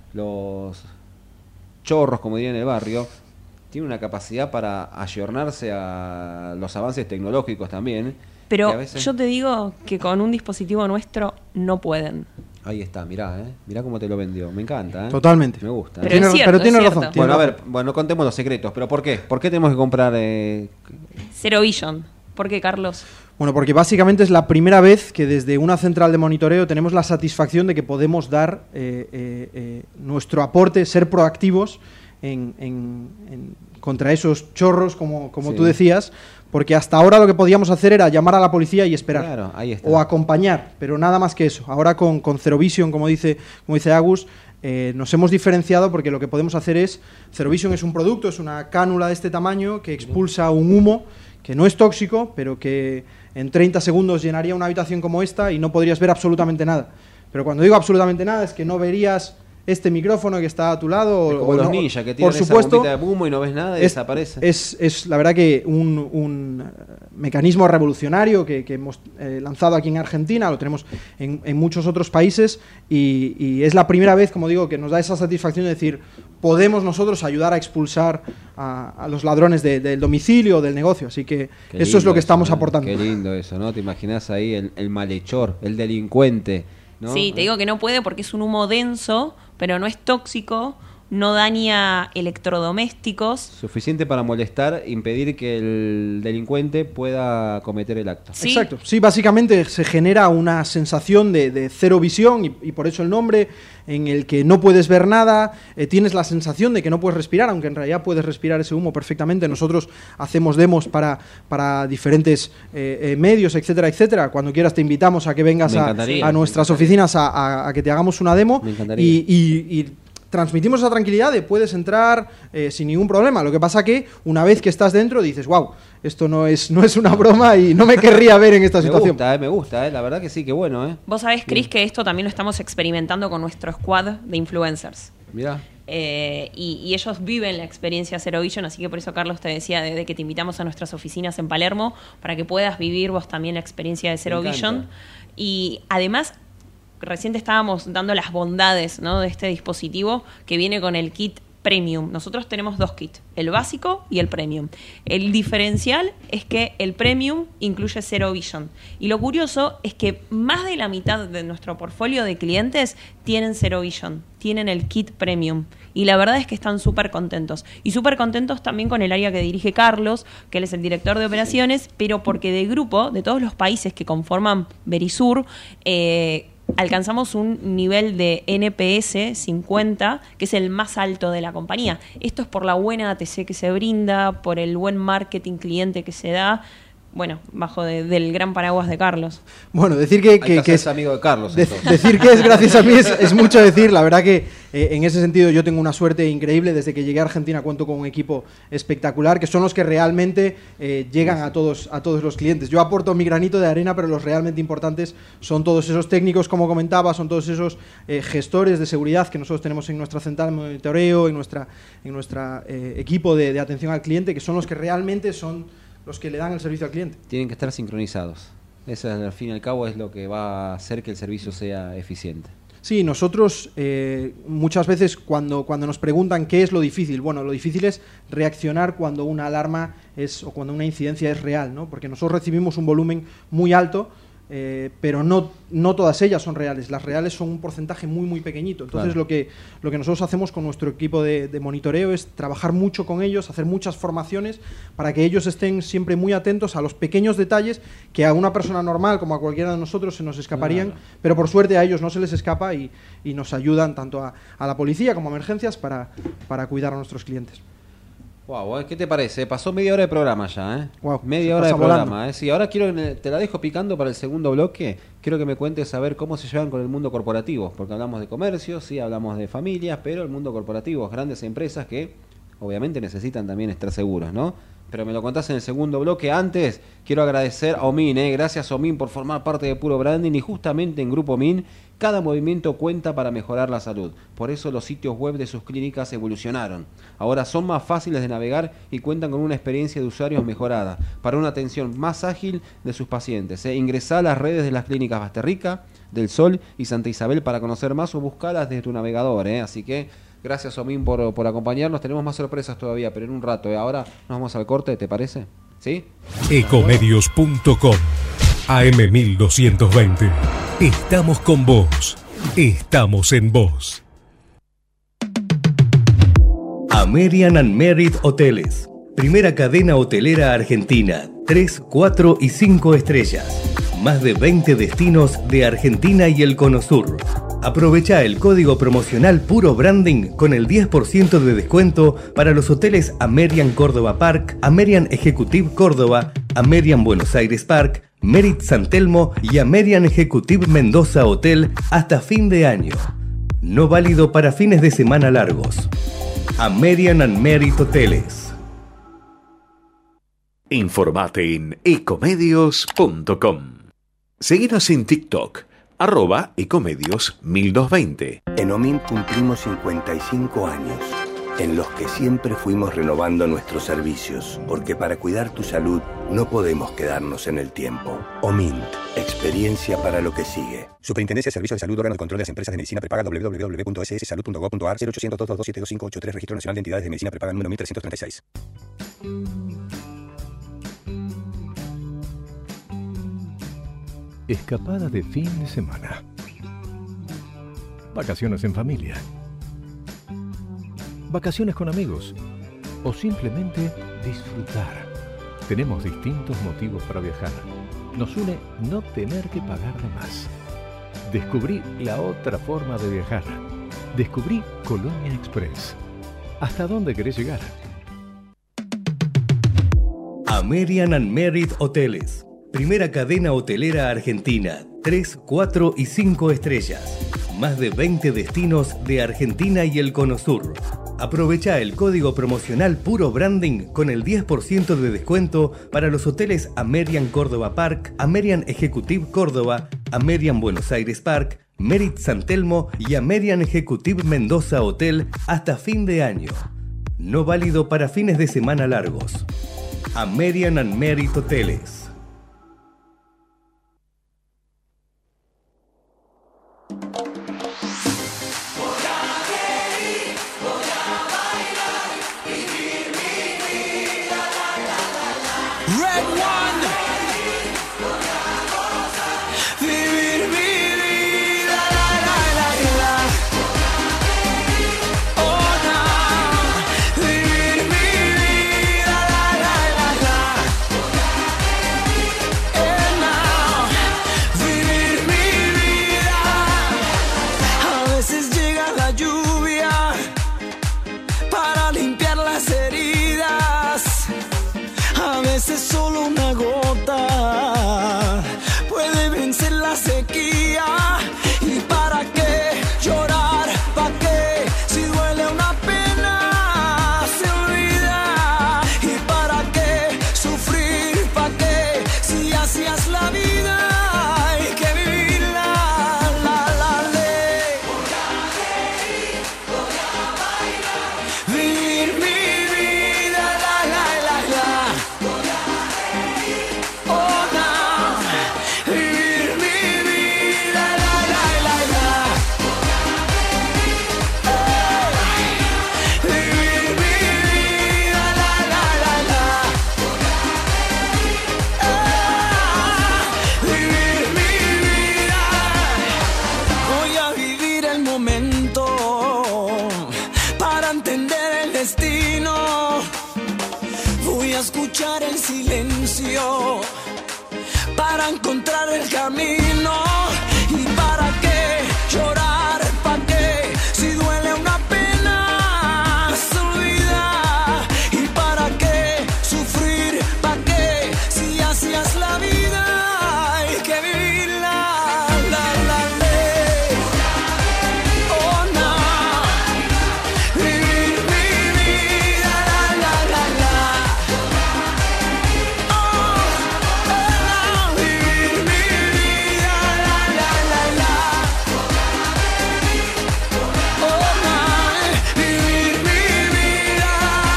los chorros, como dirían en el barrio, tienen una capacidad para ayornarse a los avances tecnológicos también. Pero a veces... yo te digo que con un dispositivo nuestro no pueden. Ahí está, mirá, ¿eh? Mirá cómo te lo vendió. Me encanta, ¿eh? Totalmente. Me gusta. Pero ¿eh? Tiene- es cierto, pero tiene es razón, cierto. tiene Bueno, a razón. ver, bueno, contemos los secretos, pero ¿por qué? ¿Por qué tenemos que comprar? Eh... Zero Vision. ¿Por qué, Carlos? Bueno, porque básicamente es la primera vez que desde una central de monitoreo tenemos la satisfacción de que podemos dar eh, eh, eh, nuestro aporte, ser proactivos en, en- en- contra esos chorros, como, como Sí. tú decías, porque hasta ahora lo que podíamos hacer era llamar a la policía y esperar. Claro, ahí está. O acompañar, pero nada más que eso. Ahora con, con Zero Vision, como dice, como dice Agus, eh, nos hemos diferenciado porque lo que podemos hacer es... Zero Vision es un producto, es una cánula de este tamaño que expulsa un humo que no es tóxico, pero que en treinta segundos llenaría una habitación como esta y no podrías ver absolutamente nada. Pero cuando digo absolutamente nada es que no verías este micrófono que está a tu lado. Es o- como o los no. ninjas que tiran Por esa supuesto, bombita de humo y no ves nada y es, desaparece. Es, es la verdad que un, un eh, mecanismo revolucionario que, que hemos eh, lanzado aquí en Argentina, lo tenemos en, en muchos otros países y, y es la primera vez, como digo, que nos da esa satisfacción de decir, podemos nosotros ayudar a expulsar a, a los ladrones de- del domicilio o del negocio. Así que Qué eso es lo lindo que estamos ¿no? aportando. Qué lindo eso, ¿no? Te imaginas ahí el, el malhechor, el delincuente, ¿no? Sí, te digo que no puede porque es un humo denso, pero no es tóxico, no daña electrodomésticos. Suficiente para molestar, impedir que el delincuente pueda cometer el acto. Sí. Exacto. Sí, básicamente se genera una sensación de, de cero visión y, y por eso el nombre, en el que no puedes ver nada, eh, tienes la sensación de que no puedes respirar, aunque en realidad puedes respirar ese humo perfectamente. Nosotros hacemos demos para, para diferentes eh, eh, medios, etcétera, etcétera. Cuando quieras te invitamos a que vengas Me a, encantaría, a me nuestras encantaría. oficinas a, a- a que te hagamos una demo. Me encantaría. Y, y- y transmitimos esa tranquilidad de puedes entrar eh, sin ningún problema. Lo que pasa que una vez que estás dentro dices, wow, esto no es, no es una broma y no me querría ver en esta Me situación. gusta, eh, me gusta, eh, la verdad que sí, que bueno, ¿eh? Vos sabés, Cris, que esto también lo estamos experimentando con nuestro squad de influencers. Mirá. Eh, y, y ellos viven la experiencia Zero Vision, así que por eso Carlos te decía de, de que te invitamos a nuestras oficinas en Palermo para que puedas vivir vos también la experiencia de Zero Me encanta. Vision. Y además, recién te estábamos dando las bondades, ¿no?, de este dispositivo que viene con el kit Premium. Nosotros tenemos dos kits, el básico y el Premium. El diferencial es que el Premium incluye Zero Vision. Y lo curioso es que más de la mitad de nuestro portfolio de clientes tienen Zero Vision, tienen el kit Premium. Y la verdad es que están súper contentos. Y súper contentos también con el área que dirige Carlos, que él es el director de operaciones, pero porque de grupo, de todos los países que conforman Verisur, eh, alcanzamos un nivel de N P S cincuenta, que es el más alto de la compañía. Esto es por la buena A T C que se brinda, por el buen marketing cliente que se da, bueno, bajo de- del gran paraguas de Carlos. Bueno, decir que, Hay que- que, que es, hacerse amigo de Carlos, de- entonces. decir que es gracias a mí es, es mucho decir. La verdad que eh, en ese sentido yo tengo una suerte increíble. Desde que llegué a Argentina cuento con un equipo espectacular, que son los que realmente eh, llegan a todos, a todos los clientes. Yo aporto mi granito de arena, pero los realmente importantes son todos esos técnicos, como comentaba, son todos esos eh, gestores de seguridad que nosotros tenemos en nuestra central de monitoreo, en nuestra, en nuestra eh, equipo de, de atención al cliente, que son los que realmente son los que le dan el servicio al cliente. Tienen que estar sincronizados. Eso, al fin y al cabo, es lo que va a hacer que el servicio sea eficiente. Sí, nosotros eh, muchas veces cuando, cuando nos preguntan qué es lo difícil, bueno, lo difícil es reaccionar cuando una alarma es o cuando una incidencia es real, ¿no? Porque nosotros recibimos un volumen muy alto Eh, pero no, no todas ellas son reales. Las reales son un porcentaje muy muy pequeñito. Entonces claro. lo que lo que nosotros hacemos con nuestro equipo de, de monitoreo es trabajar mucho con ellos, hacer muchas formaciones para que ellos estén siempre muy atentos a los pequeños detalles que a una persona normal como a cualquiera de nosotros se nos escaparían, claro. pero por suerte a ellos no se les escapa y, y nos ayudan tanto a, a la policía como a emergencias para, para cuidar a nuestros clientes. Wow, ¿qué te parece? Pasó media hora de programa ya, ¿eh? Wow, media hora de programa, ¿eh? Sí, ahora quiero, te la dejo picando para el segundo bloque. Quiero que me cuentes a ver cómo se llevan con el mundo corporativo, porque hablamos de comercio, sí, hablamos de familias, pero el mundo corporativo, grandes empresas que obviamente necesitan también estar seguros, ¿no? Pero me lo contás en el segundo bloque. Antes, quiero agradecer a Omin, ¿eh? Gracias Omin por formar parte de Puro Branding, y justamente en Grupo Omin, cada movimiento cuenta para mejorar la salud. Por eso los sitios web de sus clínicas evolucionaron. Ahora son más fáciles de navegar y cuentan con una experiencia de usuarios mejorada, para una atención más ágil de sus pacientes. ¿eh? Ingresá a las redes de las clínicas Basterrica, Del Sol y Santa Isabel para conocer más, o buscalas desde tu navegador. ¿eh? Así que gracias Omin por, por acompañarnos. Tenemos más sorpresas todavía, pero en un rato. ¿eh? Ahora nos vamos al corte, ¿te parece? ¿Sí? Ecomedios punto com, A M mil doscientos veinte. Estamos con vos. Estamos en vos. American and Merit Hoteles. Primera cadena hotelera argentina. tres, cuatro y cinco estrellas. Más de veinte destinos de Argentina y el Cono Sur. Aprovecha el código promocional Puro Branding con el diez por ciento de descuento para los hoteles American Córdoba Park, American Executive Córdoba, American Buenos Aires Park, Merit San Telmo y American Executive Mendoza Hotel hasta fin de año. No válido para fines de semana largos. American and Merit Hoteles. Informate en ecomedios punto com. Seguinos en TikTok, arroba ecomedios mil doscientos veinte. En Omin cumplimos cincuenta y cinco años, en los que siempre fuimos renovando nuestros servicios, porque para cuidar tu salud no podemos quedarnos en el tiempo. Omint, experiencia para lo que sigue. Superintendencia de Servicios de Salud, órgano de control de las empresas de medicina prepaga, doble u doble u doble u punto ese ese salud punto gob punto a r, cero ochocientos, dos dos dos, siete dos cinco ocho tres, Registro Nacional de Entidades de Medicina Prepaga número mil trescientos treinta y seis. Escapada de fin de semana. Vacaciones en familia. Vacaciones con amigos. O simplemente disfrutar. Tenemos distintos motivos para viajar. Nos une no tener que pagar de más. Descubrí la otra forma de viajar. Descubrí Colonia Express. ¿Hasta dónde querés llegar? American and Merit Hoteles. Primera cadena hotelera argentina. tres, cuatro y cinco estrellas. Más de veinte destinos de Argentina y el Cono Sur. Aprovecha el código promocional Puro Branding con el diez por ciento de descuento para los hoteles American Córdoba Park, American Executive Córdoba, American Buenos Aires Park, Merit San Telmo y American Executive Mendoza Hotel hasta fin de año. No válido para fines de semana largos. American and Merit Hoteles. Solo una gota para encontrar el camino. ¿Y para qué llorar? ¿Para qué? Si duele una pena, se olvida. ¿Y para qué sufrir? ¿Para qué? Si así es la vida, hay que vivirla. La, la, ley. Oh, no. Vivir mi vida. La, la, la, la. Oh, oh, vivir mi vida. La, la, la, la. Oh, no. Vivir mi vida.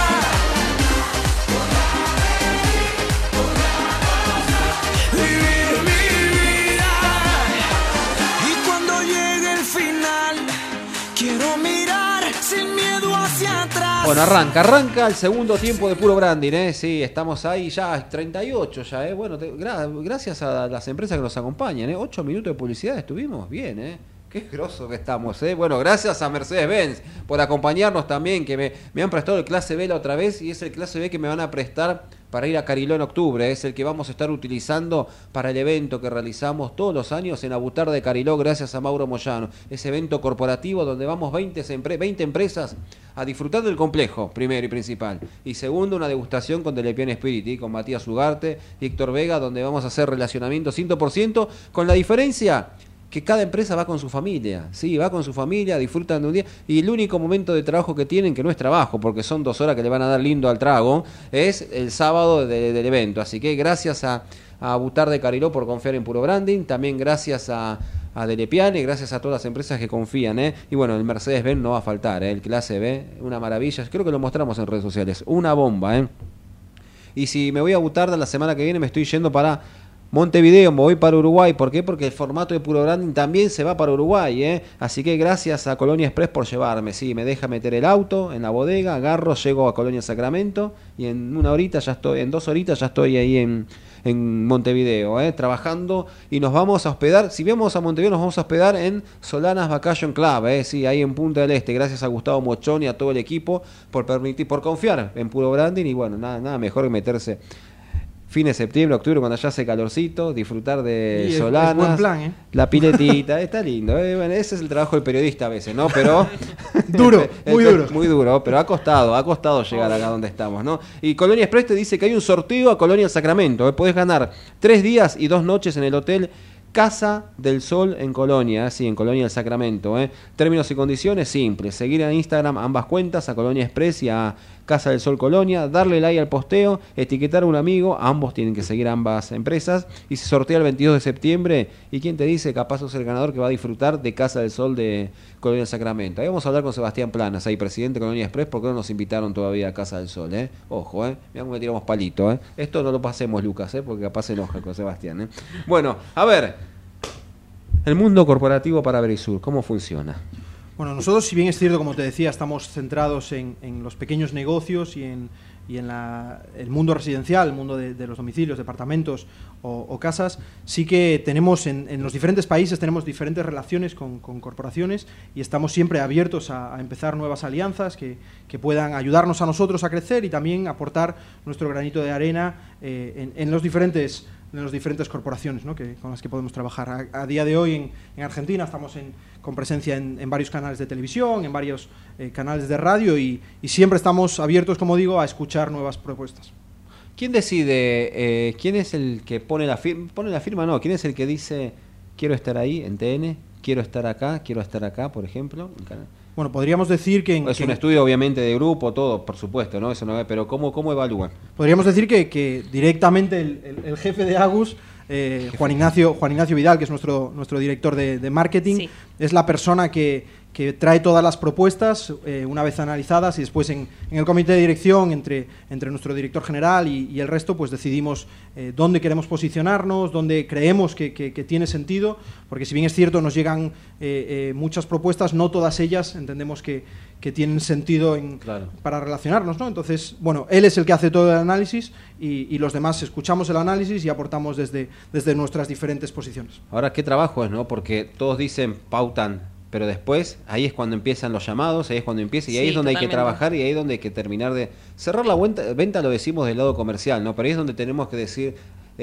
Vivir mi vida. Y cuando llegue el final, quiero mirar sin miedo hacia atrás. Bueno, arranca, arranca el segundo tiempo de Puro Branding, ¿eh? Sí, estamos ahí ya, treinta y ocho ya, ¿eh? Bueno, te- gra- gracias a las empresas que nos acompañan, ¿eh? ocho minutos de publicidad estuvimos bien, ¿eh? Qué grosso que estamos, ¿eh? Bueno, gracias a Mercedes-Benz por acompañarnos también, que me, me han prestado el clase B la otra vez y es el clase B que me van a prestar para ir a Cariló en octubre. ¿eh? Es el que vamos a estar utilizando para el evento que realizamos todos los años en Abutar de Cariló, gracias a Mauro Moyano. Ese evento corporativo donde vamos veinte, empre- veinte empresas a disfrutar del complejo, primero y principal. Y segundo, una degustación con Telepian Spiriti, con Matías Ugarte y Héctor Vega, donde vamos a hacer relacionamiento cien por ciento, con la diferencia que cada empresa va con su familia, sí, va con su familia, disfrutan de un día, y el único momento de trabajo que tienen, que no es trabajo, porque son dos horas que le van a dar lindo al trago, es el sábado de- del evento. Así que gracias a, a Butar de Cariló por confiar en Puro Branding, también gracias a, a Delepiane, gracias a todas las empresas que confían, ¿eh? Y bueno, el Mercedes-Benz no va a faltar, ¿eh? El clase B, una maravilla, creo que lo mostramos en redes sociales, una bomba, ¿eh? Y si me voy a Butarda la semana que viene, me estoy yendo para Montevideo, me voy para Uruguay. ¿Por qué? Porque el formato de Puro Branding también se va para Uruguay, ¿eh? Así que gracias a Colonia Express por llevarme. Sí, me deja meter el auto en la bodega, agarro, llego a Colonia Sacramento y en una horita ya estoy, en dos horitas ya estoy ahí en, en Montevideo, ¿eh? Trabajando, y nos vamos a hospedar. Si vamos a Montevideo, nos vamos a hospedar en Solanas Vacation Club, ¿eh? Sí, ahí en Punta del Este. Gracias a Gustavo Mochón y a todo el equipo por permitir, por confiar en Puro Branding. Y bueno, nada, nada mejor que meterse fin de septiembre, octubre, cuando ya hace calorcito, disfrutar de Y es- Solanas, es buen plan, ¿eh? la piletita, está lindo. ¿eh? Bueno, ese es el trabajo del periodista a veces, ¿no? Pero Duro, muy el- duro. muy duro, pero ha costado, ha costado llegar acá donde estamos, ¿no? Y Colonia Express te dice que hay un sorteo a Colonia El Sacramento, ¿eh? Podés ganar tres días y dos noches en el hotel Casa del Sol en Colonia, ¿eh? Sí, en Colonia El Sacramento, ¿eh? Términos y condiciones simples, seguir en Instagram ambas cuentas, a Colonia Express y a Casa del Sol Colonia, darle like al posteo, etiquetar a un amigo, ambos tienen que seguir ambas empresas, y se sortea el veintidós de septiembre, y quién te dice, capaz sos el ganador que va a disfrutar de Casa del Sol de Colonia del Sacramento. Ahí vamos a hablar con Sebastián Planas, ahí presidente de Colonia Express, porque no nos invitaron todavía a Casa del Sol, ¿eh? Ojo, ¿eh? Mirá cómo le tiramos palito, ¿eh? Esto no lo pasemos, Lucas, ¿eh? Porque capaz se enoja con Sebastián, ¿eh? Bueno, a ver, el mundo corporativo para Verisur, ¿cómo funciona? Bueno, nosotros, si bien es cierto, como te decía, estamos centrados en, en los pequeños negocios y en, y en la, el mundo residencial, el mundo de, de los domicilios, departamentos o, o casas, sí que tenemos en, en los diferentes países tenemos diferentes relaciones con, con corporaciones y estamos siempre abiertos a, a empezar nuevas alianzas que, que puedan ayudarnos a nosotros a crecer y también aportar nuestro granito de arena eh, en, en los diferentes en las diferentes corporaciones, ¿no? que, con las que podemos trabajar. A, a día de hoy en, en Argentina estamos en, con presencia en, en varios canales de televisión, en varios eh, canales de radio y, y siempre estamos abiertos, como digo, a escuchar nuevas propuestas. ¿Quién decide, eh, quién es el que pone la firma? Pone la firma, no, ¿quién es el que dice quiero estar ahí en T N, quiero estar acá, quiero estar acá, por ejemplo? Bueno, podríamos decir que... En, es que un estudio obviamente de grupo, todo, por supuesto, ¿no? Eso no es, pero ¿cómo, cómo evalúan? Podríamos decir que, que directamente el, el, el jefe de Agus, eh, Juan Ignacio Juan Ignacio Vidal, que es nuestro, nuestro director de, de marketing, sí. es la persona que, que trae todas las propuestas eh, una vez analizadas y después en, en el comité de dirección entre, entre nuestro director general y, y el resto pues decidimos eh, dónde queremos posicionarnos, dónde creemos que, que, que tiene sentido, porque si bien es cierto nos llegan eh, eh, muchas propuestas, no todas ellas entendemos que, que tienen sentido en, claro. para relacionarnos, ¿no? Entonces, bueno, él es el que hace todo el análisis y, y los demás escuchamos el análisis y aportamos desde, desde nuestras diferentes posiciones. Ahora, ¿qué trabajo es, no? Porque todos dicen, pautan, pero después, ahí es cuando empiezan los llamados, ahí es cuando empieza, y ahí sí, es donde totalmente. Hay que trabajar, y ahí es donde hay que terminar de... Cerrar la venta, venta lo decimos del lado comercial, ¿no? Pero ahí es donde tenemos que decir, eh,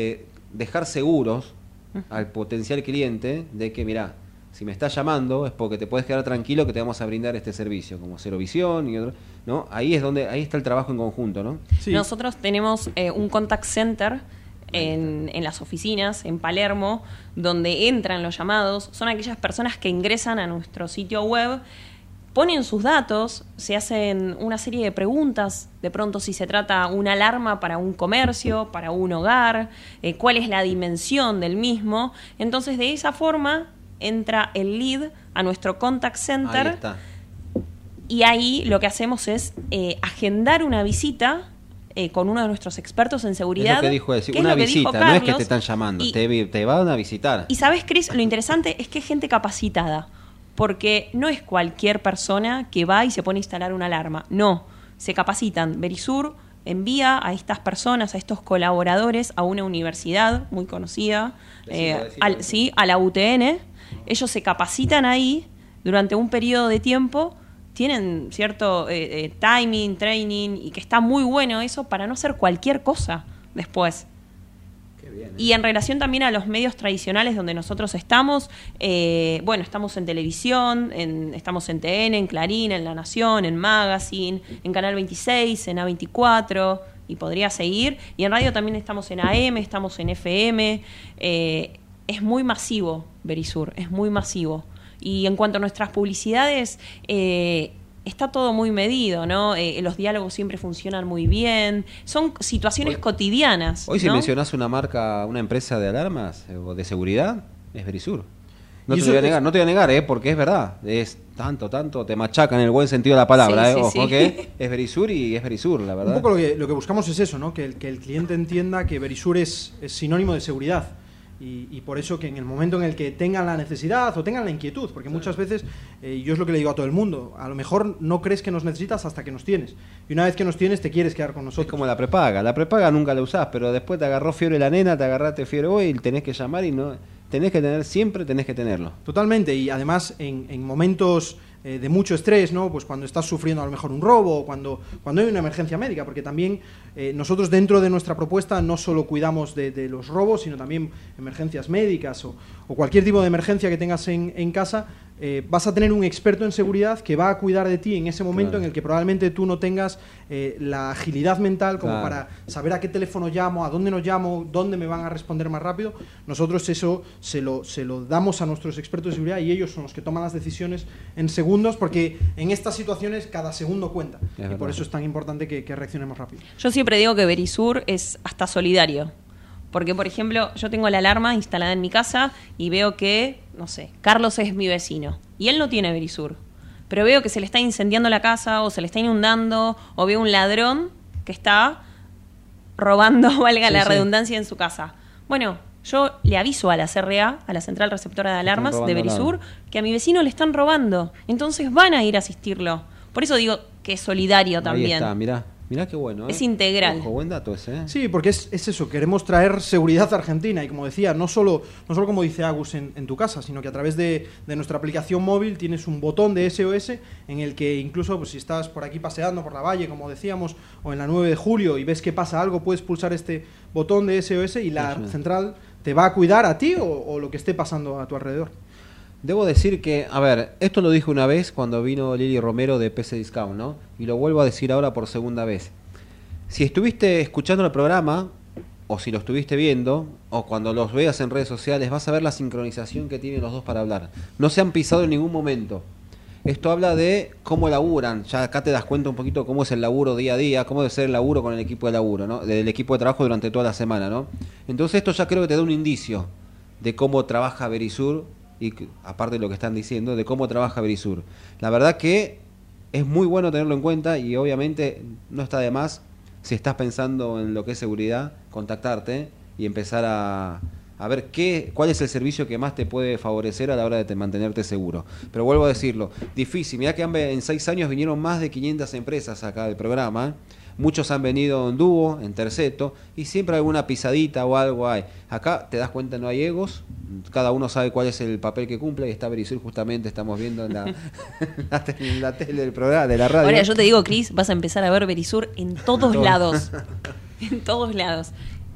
dejar seguros al potencial cliente de que, mirá, si me estás llamando es porque te puedes quedar tranquilo que te vamos a brindar este servicio, como Cero Visión y otro, ¿no? Ahí es donde, ahí está el trabajo en conjunto, ¿no? Sí. Nosotros tenemos eh, un contact center en, en las oficinas, en Palermo, donde entran los llamados. Son aquellas personas que ingresan a nuestro sitio web, ponen sus datos, se hacen una serie de preguntas, de pronto si se trata una alarma para un comercio, para un hogar, eh, cuál es la dimensión del mismo. Entonces, de esa forma entra el lead a nuestro contact center. Ahí está. Y ahí lo que hacemos es eh, agendar una visita eh, con uno de nuestros expertos en seguridad. Es lo que dijo él, una visita, no es que te están llamando, y, te, te van a visitar. Y sabes, Cris, lo interesante es que es gente capacitada, porque no es cualquier persona que va y se pone a instalar una alarma. No, se capacitan. Verisur envía a estas personas, a estos colaboradores, a una universidad muy conocida, eh, al, sí, a la U T N. Ellos se capacitan ahí durante un periodo de tiempo, tienen cierto eh, eh, timing, training, y que está muy bueno eso para no hacer cualquier cosa después. Qué bien, ¿eh? Y en relación también a los medios tradicionales donde nosotros estamos, eh, bueno, estamos en televisión, en, estamos en T N, en Clarín, en La Nación, en Magazine, en Canal veintiséis, en A veinticuatro, y podría seguir. Y en radio también estamos en A M, estamos en F M. Eh, es muy masivo Verisur, es muy masivo. Y en cuanto a nuestras publicidades, eh, está todo muy medido, ¿no? Eh, los diálogos siempre funcionan muy bien. Son situaciones hoy, cotidianas. Hoy, ¿no? Si mencionás una marca, una empresa de alarmas o de seguridad, es Verisur. No te, voy a negar, no te voy a negar, ¿eh? Porque es verdad. Es tanto, tanto, te machacan en el buen sentido de la palabra, sí, ¿eh? Sí, Ojo sí. que es Verisur y es Verisur, la verdad. Un poco lo que, lo que buscamos es eso, ¿no? Que el, que el cliente entienda que Verisur es, es sinónimo de seguridad. Y, y por eso que en el momento en el que tengan la necesidad o tengan la inquietud, porque muchas veces, eh, yo es lo que le digo a todo el mundo, a lo mejor no crees que nos necesitas hasta que nos tienes. Y una vez que nos tienes, te quieres quedar con nosotros. Es como la prepaga. La prepaga nunca la usás, pero después te agarró fiebre la nena, te agarraste fiebre hoy y tenés que llamar y no... Tenés que tener, siempre tenés que tenerlo. Totalmente, y además en, en momentos eh, de mucho estrés, ¿no? Pues cuando estás sufriendo a lo mejor un robo, o cuando, cuando hay una emergencia médica, porque también eh, nosotros dentro de nuestra propuesta no solo cuidamos de, de los robos, sino también emergencias médicas o, o cualquier tipo de emergencia que tengas en, en casa. Eh, vas a tener un experto en seguridad que va a cuidar de ti en ese momento, claro, en el que probablemente tú no tengas eh, la agilidad mental como, claro, para saber a qué teléfono llamo, a dónde nos llamo, dónde me van a responder más rápido. Nosotros eso se lo, se lo damos a nuestros expertos de seguridad y ellos son los que toman las decisiones en segundos, porque en estas situaciones cada segundo cuenta, es y verdad. Por eso es tan importante que, que reaccionemos rápido. Yo siempre digo que Verisur es hasta solidario. Porque, por ejemplo, yo tengo la alarma instalada en mi casa y veo que, no sé, Carlos es mi vecino y él no tiene Verisur, pero veo que se le está incendiando la casa o se le está inundando o veo un ladrón que está robando, valga sí, la sí. redundancia, en su casa. Bueno, yo le aviso a la C R A, a la Central Receptora de Alarmas de Verisur, nada. que a mi vecino le están robando. Entonces van a ir a asistirlo. Por eso digo que es solidario también. Ahí está, mirá. Mirá qué bueno, ¿eh? Es integral. Ojo, buen dato ese, ¿eh? Sí, porque es, es eso, queremos traer seguridad a Argentina y como decía, no solo, no solo como dice Agus en, en tu casa, sino que a través de, de nuestra aplicación móvil tienes un botón de S O S en el que incluso pues, si estás por aquí paseando por la valle, como decíamos, o en la nueve de julio y ves que pasa algo, puedes pulsar este botón de S O S y la sí, central te va a cuidar a ti o, o lo que esté pasando a tu alrededor. Debo decir que, a ver, esto lo dije una vez cuando vino Lili Romero de P C Discount, ¿no? Y lo vuelvo a decir ahora por segunda vez. Si estuviste escuchando el programa, o si lo estuviste viendo, o cuando los veas en redes sociales, vas a ver la sincronización que tienen los dos para hablar. No se han pisado en ningún momento. Esto habla de cómo laburan. Ya acá te das cuenta un poquito cómo es el laburo día a día, cómo debe ser el laburo con el equipo de laburo, ¿no? Del equipo de trabajo durante toda la semana, ¿no? Entonces esto ya creo que te da un indicio de cómo trabaja Verisur. Y aparte de lo que están diciendo, de cómo trabaja Verisur. La verdad que es muy bueno tenerlo en cuenta y obviamente no está de más, si estás pensando en lo que es seguridad, contactarte y empezar a, a ver qué, cuál es el servicio que más te puede favorecer a la hora de te, mantenerte seguro. Pero vuelvo a decirlo, difícil. Mirá que en seis años vinieron más de quinientas empresas acá del programa. Muchos han venido en dúo, en terceto, y siempre alguna pisadita o algo hay. Acá te das cuenta, no hay egos, cada uno sabe cuál es el papel que cumple, y está Verisur justamente, estamos viendo en la, la, en la tele del programa, de la radio. Ahora yo te digo, Cris, vas a empezar a ver Verisur en todos lados, en todos lados.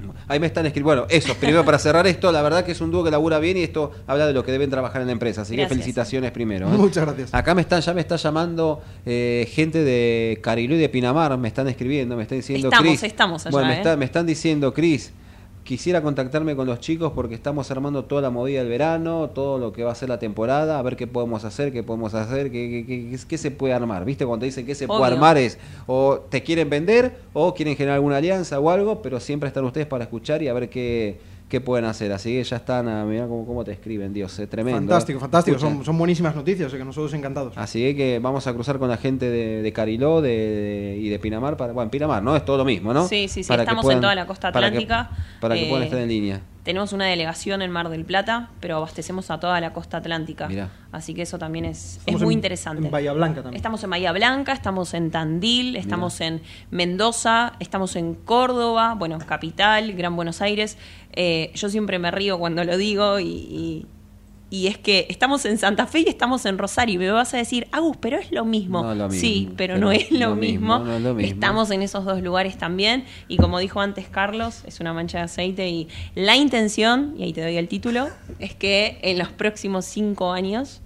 Ahí me están escribiendo. Bueno, eso, primero para cerrar esto, la verdad que es un dúo que labura bien y esto habla de lo que deben trabajar en la empresa. Así Gracias. que felicitaciones primero. ¿eh? Muchas gracias. Acá me están, ya me está llamando eh, gente de Cariló y de Pinamar, me están escribiendo, me están diciendo Estamos, Cris. estamos allá, Bueno, me, ¿eh? está- me están diciendo, Cris, quisiera contactarme con los chicos porque estamos armando toda la movida del verano, todo lo que va a ser la temporada, a ver qué podemos hacer, qué podemos hacer, qué, qué, qué- qué se puede armar. ¿Viste? Cuando te dicen que se puede Obvio. armar es o te quieren vender o quieren generar alguna alianza o algo, pero siempre están ustedes para escuchar y a ver qué, qué pueden hacer. Así que ya están, a mirar cómo, cómo te escriben, Dios, es tremendo. Fantástico, fantástico. Escucha. Son, son buenísimas noticias, o sea que nosotros encantados. Así que vamos a cruzar con la gente de, de Cariló de, de- y de Pinamar. Para, bueno, Pinamar, ¿no? Es todo lo mismo, ¿no? Sí, sí, sí, Para que estamos puedan- en toda la costa para que- atlántica. Para que, Eh, puedan estar en línea. Tenemos una delegación en Mar del Plata, pero abastecemos a toda la costa atlántica. Mirá. Así que eso también es, es Estamos muy en- interesante. En Bahía Blanca también. Estamos en Bahía Blanca, estamos en Tandil, estamos en Mendoza, estamos en Córdoba, bueno, Capital, Gran Buenos Aires. Eh, yo siempre me río cuando lo digo y, y, y es que estamos en Santa Fe y estamos en Rosario. Y me vas a decir, Agus, pero es lo mismo. No es lo mismo, Sí, pero, pero no es lo, lo mismo. mismo, no es lo mismo. Estamos en esos dos lugares también. Y como dijo antes Carlos, es una mancha de aceite. Y la intención, y ahí te doy el título, es que en los próximos cinco años,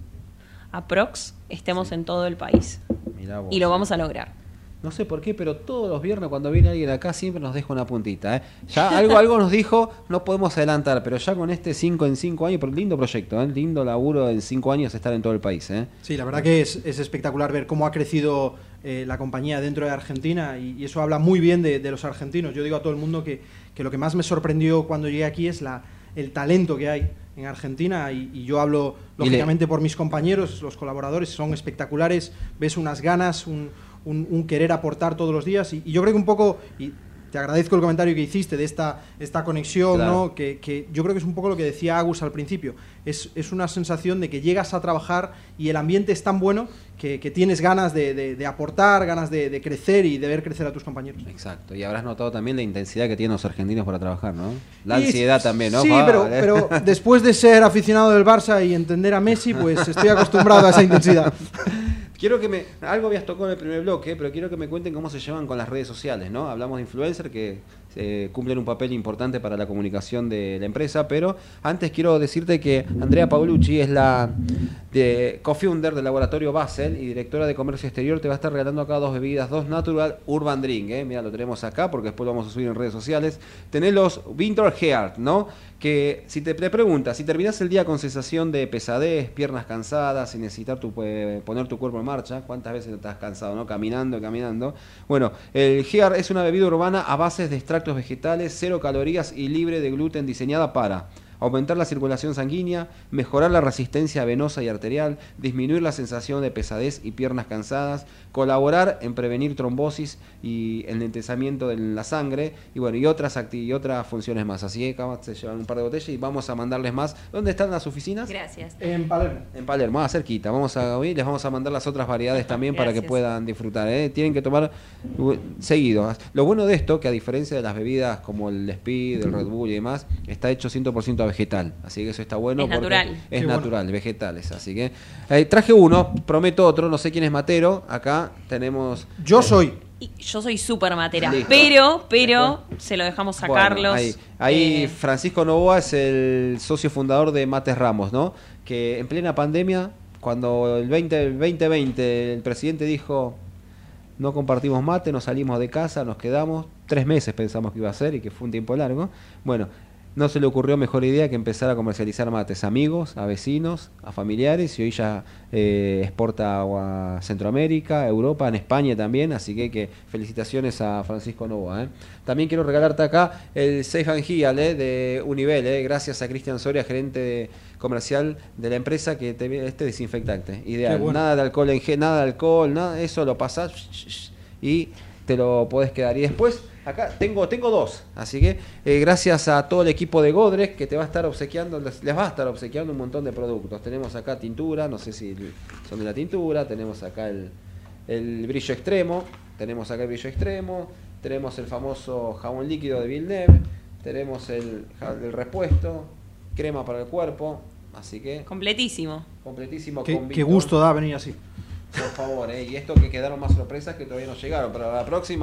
aprox, estemos en todo el país. Mirá vos. Y lo vamos a lograr. No sé por qué, pero todos los viernes cuando viene alguien acá siempre nos deja una puntita. ¿eh? Ya algo algo nos dijo, no podemos adelantar, pero ya con este cinco en cinco años, por lindo proyecto, ¿eh? lindo laburo en cinco años estar en todo el país. ¿eh? Sí, la verdad que es, es espectacular ver cómo ha crecido eh, la compañía dentro de Argentina y, y eso habla muy bien de, de los argentinos. Yo digo a todo el mundo que, que lo que más me sorprendió cuando llegué aquí es la, el talento que hay en Argentina y, y yo hablo lógicamente por mis compañeros, los colaboradores son espectaculares, ves unas ganas, un, un, un querer aportar todos los días y, y yo creo que un poco... Y, te agradezco el comentario que hiciste de esta, esta conexión, Claro. ¿no? Que, que yo creo que es un poco lo que decía Agus al principio. Es, es una sensación de que llegas a trabajar y el ambiente es tan bueno que, que tienes ganas de, de, de aportar, ganas de, de crecer y de ver crecer a tus compañeros. Exacto, y habrás notado también la intensidad que tienen los argentinos para trabajar, ¿no? La Y- ansiedad también, ¿no? Sí, Ah, pero, vale. pero después de ser aficionado del Barça y entender a Messi, pues estoy acostumbrado a esa intensidad. Quiero que me... Algo habías tocado en el primer bloque, pero quiero que me cuenten cómo se llevan con las redes sociales, ¿no? Hablamos de influencers que eh, cumplen un papel importante para la comunicación de la empresa, pero antes quiero decirte que Andrea Paolucci es la de co-founder del laboratorio Basel y directora de comercio exterior. Te va a estar regalando acá dos bebidas, dos Natural Urban Drink, ¿eh? Mira, lo tenemos acá porque después lo vamos a subir en redes sociales. Tenés los Winter Heart, ¿no? Que si te, te preguntas, si terminás el día con sensación de pesadez, piernas cansadas, sin necesitar tu, eh, poner tu cuerpo en marcha, ¿cuántas veces estás cansado, no? Caminando, caminando. Bueno, el Heart es una bebida urbana a bases de extractos vegetales, cero calorías y libre de gluten, diseñada para aumentar la circulación sanguínea, mejorar la resistencia venosa y arterial, disminuir la sensación de pesadez y piernas cansadas, colaborar en prevenir trombosis y el lentezamiento de la sangre, y bueno, y otras acti- y otras funciones más. Así que acá se llevan un par de botellas y vamos a mandarles más. ¿Dónde están las oficinas? Gracias. En Palermo. En Palermo, ah, cerquita. Vamos a hoy les vamos a mandar las otras variedades también para que Gracias. puedan disfrutar. ¿eh? Tienen que tomar uh, seguido. Lo bueno de esto, que a diferencia de las bebidas como el Speed, el Red Bull y demás, está hecho cien por ciento vegetal. Así que eso está bueno. Es porque natural. Es Qué natural, vegetales. Así que eh, traje uno, prometo otro. No sé quién es Matero. Acá tenemos. Yo soy. Y yo soy súper matera, Listo. pero, pero se lo dejamos a Bueno, Carlos. Ahí, ahí Eh, Francisco Novoa es el socio fundador de Mates Ramos, ¿no? Que en plena pandemia, cuando el, veinte, el veinte veinte el presidente dijo no compartimos mate, nos salimos de casa, nos quedamos, tres meses pensamos que iba a ser y que fue un tiempo largo. Bueno, no se le ocurrió mejor idea que empezar a comercializar mates a amigos, a vecinos, a familiares, y hoy ya eh, exporta a Centroamérica, a Europa, en España también, así que, que felicitaciones a Francisco Novoa. ¿eh? También quiero regalarte acá el Safe and Heal ¿eh? de Univel, ¿eh? gracias a Cristian Soria, gerente de- comercial de la empresa, que te, este desinfectante, ideal, Qué bueno. nada de alcohol en gel, nada de alcohol, nada, eso lo pasás y te lo podés quedar. Y después, acá tengo tengo dos, así que eh, gracias a todo el equipo de Godres que te va a estar obsequiando, les, les va a estar obsequiando un montón de productos. Tenemos acá tintura, no sé si son de la tintura, tenemos acá el, el brillo extremo, tenemos acá el brillo extremo, tenemos el famoso jabón líquido de Villeneuve, tenemos el, el repuesto, crema para el cuerpo, así que completísimo. completísimo. Qué, con qué Víctor. gusto da venir así. Por favor, ¿eh? Y esto que quedaron más sorpresas que todavía no llegaron. Pero la próxima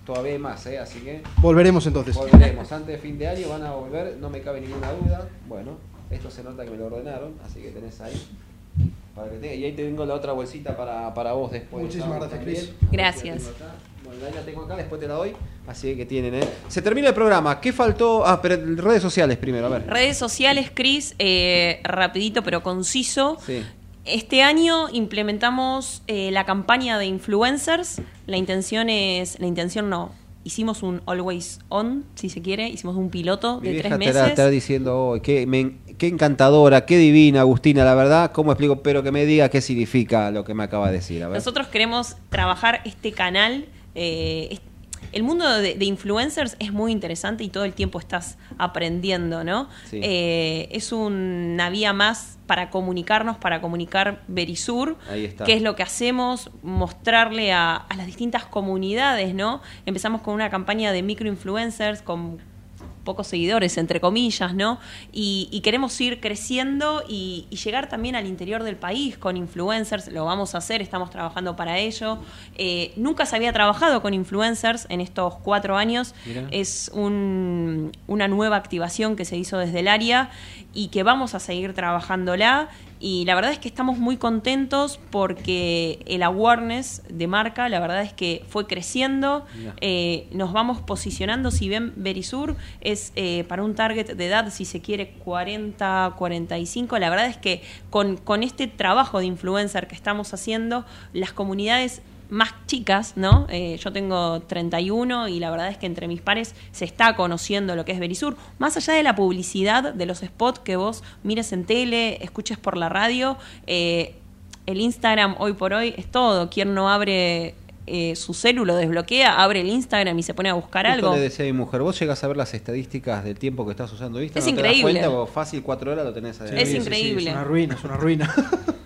todavía hay más, ¿eh? Así que Volveremos entonces. volveremos. Antes de fin de año van a volver, no me cabe ninguna duda. Bueno, esto se nota que me lo ordenaron, así que tenés ahí. Para que te... Y ahí tengo la otra bolsita para, para vos después. Muchísimas ¿no? gracias, También. Cris. Gracias. Bueno, ahí la tengo acá, después te la doy. Así que tienen, ¿eh? Se termina el programa. ¿Qué faltó? Ah, pero redes sociales primero, a ver. Redes sociales, Cris, eh, rapidito pero conciso. Sí. Este año implementamos eh, la campaña de influencers. La intención es, la intención no, hicimos un always on, si se quiere, hicimos un piloto Mi de vieja tres te estará- meses. estará diciendo, oh, qué, me- qué encantadora, qué divina, Agustina, la verdad. ¿Cómo explico? Pero que me diga qué significa lo que me acaba de decir. A ver. Nosotros queremos trabajar este canal. eh, est- el mundo de, de influencers es muy interesante y todo el tiempo estás aprendiendo, ¿no? Sí. Eh, es una vía más para comunicarnos, para comunicar Verisur, Ahí está. qué es lo que hacemos, mostrarle a, a las distintas comunidades, ¿no? Empezamos con una campaña de microinfluencers con pocos seguidores, entre comillas, ¿no? Y, y queremos ir creciendo y, y llegar también al interior del país con influencers, lo vamos a hacer, estamos trabajando para ello. Eh, nunca se había trabajado con influencers en estos cuatro años, Mirá. es un- una nueva activación que se hizo desde el área y que vamos a seguir trabajándola. Y la verdad es que estamos muy contentos porque el awareness de marca, la verdad es que fue creciendo, Mirá. eh, nos vamos posicionando, si bien Verisur es eh, para un target de edad, si se quiere, cuarenta, cuarenta y cinco, la verdad es que con, con este trabajo de influencer que estamos haciendo, las comunidades más chicas, ¿no? Eh, yo tengo treinta y uno y la verdad es que entre mis pares se está conociendo lo que es Verisur. Más allá de la publicidad, de los spots que vos mires en tele, escuches por la radio, eh, el Instagram hoy por hoy es todo. Quien no abre eh, su celu, lo desbloquea, abre el Instagram y se pone a buscar Justo algo. le decía a mi mujer, vos llegas a ver las estadísticas del tiempo que estás usando Instagram. Es ¿no te das increíble. cuenta? Vos fácil, cuatro horas lo tenés ahí. Es Sí, sí, sí, increíble. es una ruina, es una ruina.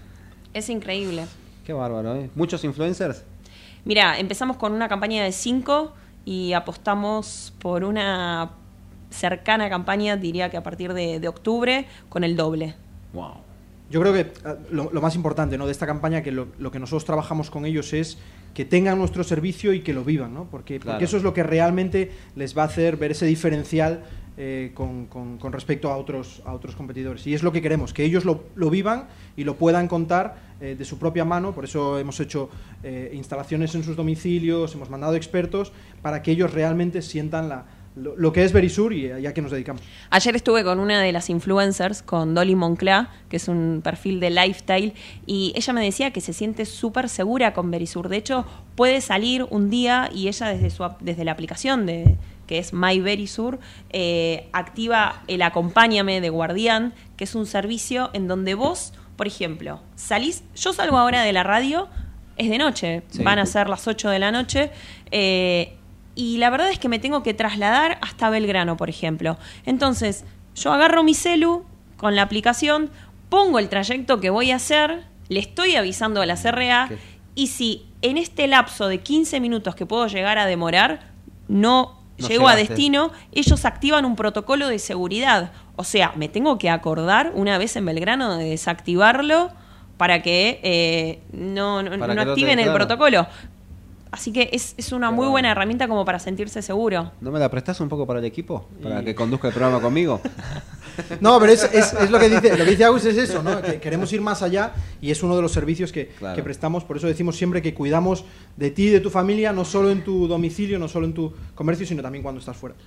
Es increíble. Qué bárbaro, ¿eh? ¿Muchos influencers? Mira, empezamos con una campaña de cinco y apostamos por una cercana campaña, diría que a partir de, de octubre, con el doble. Wow. Yo creo que eh, lo, lo más importante, ¿no?, de esta campaña, que lo, lo que nosotros trabajamos con ellos es que tengan nuestro servicio y que lo vivan, ¿no? Porque, Claro. porque eso es lo que realmente les va a hacer ver ese diferencial eh, con, con- con respecto a otros, a otros competidores. Y es lo que queremos, que ellos lo, lo vivan y lo puedan contar eh, de su propia mano. Por eso hemos hecho eh, instalaciones en sus domicilios, hemos mandado expertos para que ellos realmente sientan la, lo, lo que es Verisur y a qué nos dedicamos. Ayer estuve con una de las influencers, con Dolly Monclá, que es un perfil de lifestyle, y ella me decía que se siente súper segura con Verisur. De hecho, puede salir un día y ella desde, su, ap- desde la aplicación de que es My Verisur, eh, activa el Acompáñame de Guardián, que es un servicio en donde vos, por ejemplo, salís, yo salgo ahora de la radio, es de noche, Sí. van a ser las ocho de la noche, eh, y la verdad es que me tengo que trasladar hasta Belgrano, por ejemplo. Entonces, yo agarro mi celu con la aplicación, pongo el trayecto que voy a hacer, le estoy avisando a la C R A, ¿Qué? y si en este lapso de quince minutos que puedo llegar a demorar, no, No llego a llegaste. destino, ellos activan un protocolo de seguridad. O sea, me tengo que acordar una vez en Belgrano de desactivarlo para que eh, no, no, Para no que no te- activen el claro. protocolo. Así que es, es una Qué muy buena bárbaro. herramienta como para sentirse seguro. ¿No me la prestás un poco para el equipo? ¿Para que conduzca el programa conmigo? No, pero es, es, es lo que dice, lo que dice Agus es eso, ¿no? Que queremos ir más allá y es uno de los servicios que, Claro. que prestamos. Por eso decimos siempre que cuidamos de ti y de tu familia, no solo en tu domicilio, no solo en tu comercio, sino también cuando estás fuera.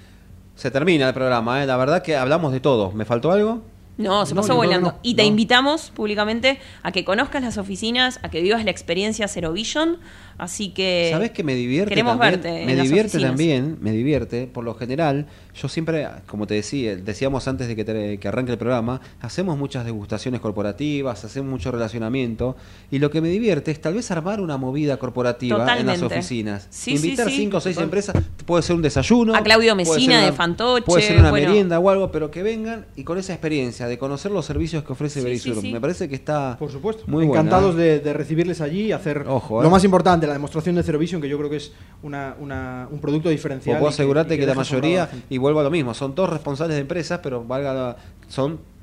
Se termina el programa, ¿eh? La verdad que hablamos de todo. ¿Me faltó algo? No, se No, pasó yo creo que volando. no. Y te No. invitamos públicamente a que conozcas las oficinas, a que vivas la experiencia Zero Vision. Así que ¿Sabes que me divierte queremos también? verte en Me las divierte oficinas. también, me divierte. Por lo general, yo siempre, como te decía, decíamos antes de que, te- que arranque el programa, hacemos muchas degustaciones corporativas, hacemos mucho relacionamiento. Y lo que me divierte es tal vez armar una movida corporativa en las Totalmente. oficinas. Sí, Invitar sí, sí. cinco o seis Total. empresas, puede ser un desayuno. A Claudio puede Messina ser de una- Fantoche, Puede ser una bueno. merienda o algo, pero que vengan y con esa experiencia de conocer los servicios que ofrece Sí, Verisur. sí, sí. Me parece que está Por supuesto. muy Encantados buena, ¿eh? de, de recibirles allí y hacer Ojo, lo ¿eh? más importante, la demostración de Zero Vision, que yo creo que es una, una- un producto diferencial. Pues vos y que- asegurate y que, la deja asombrado a mayoría, la gente. y vuelvo a lo mismo, son todos responsables de empresas, pero valga la- son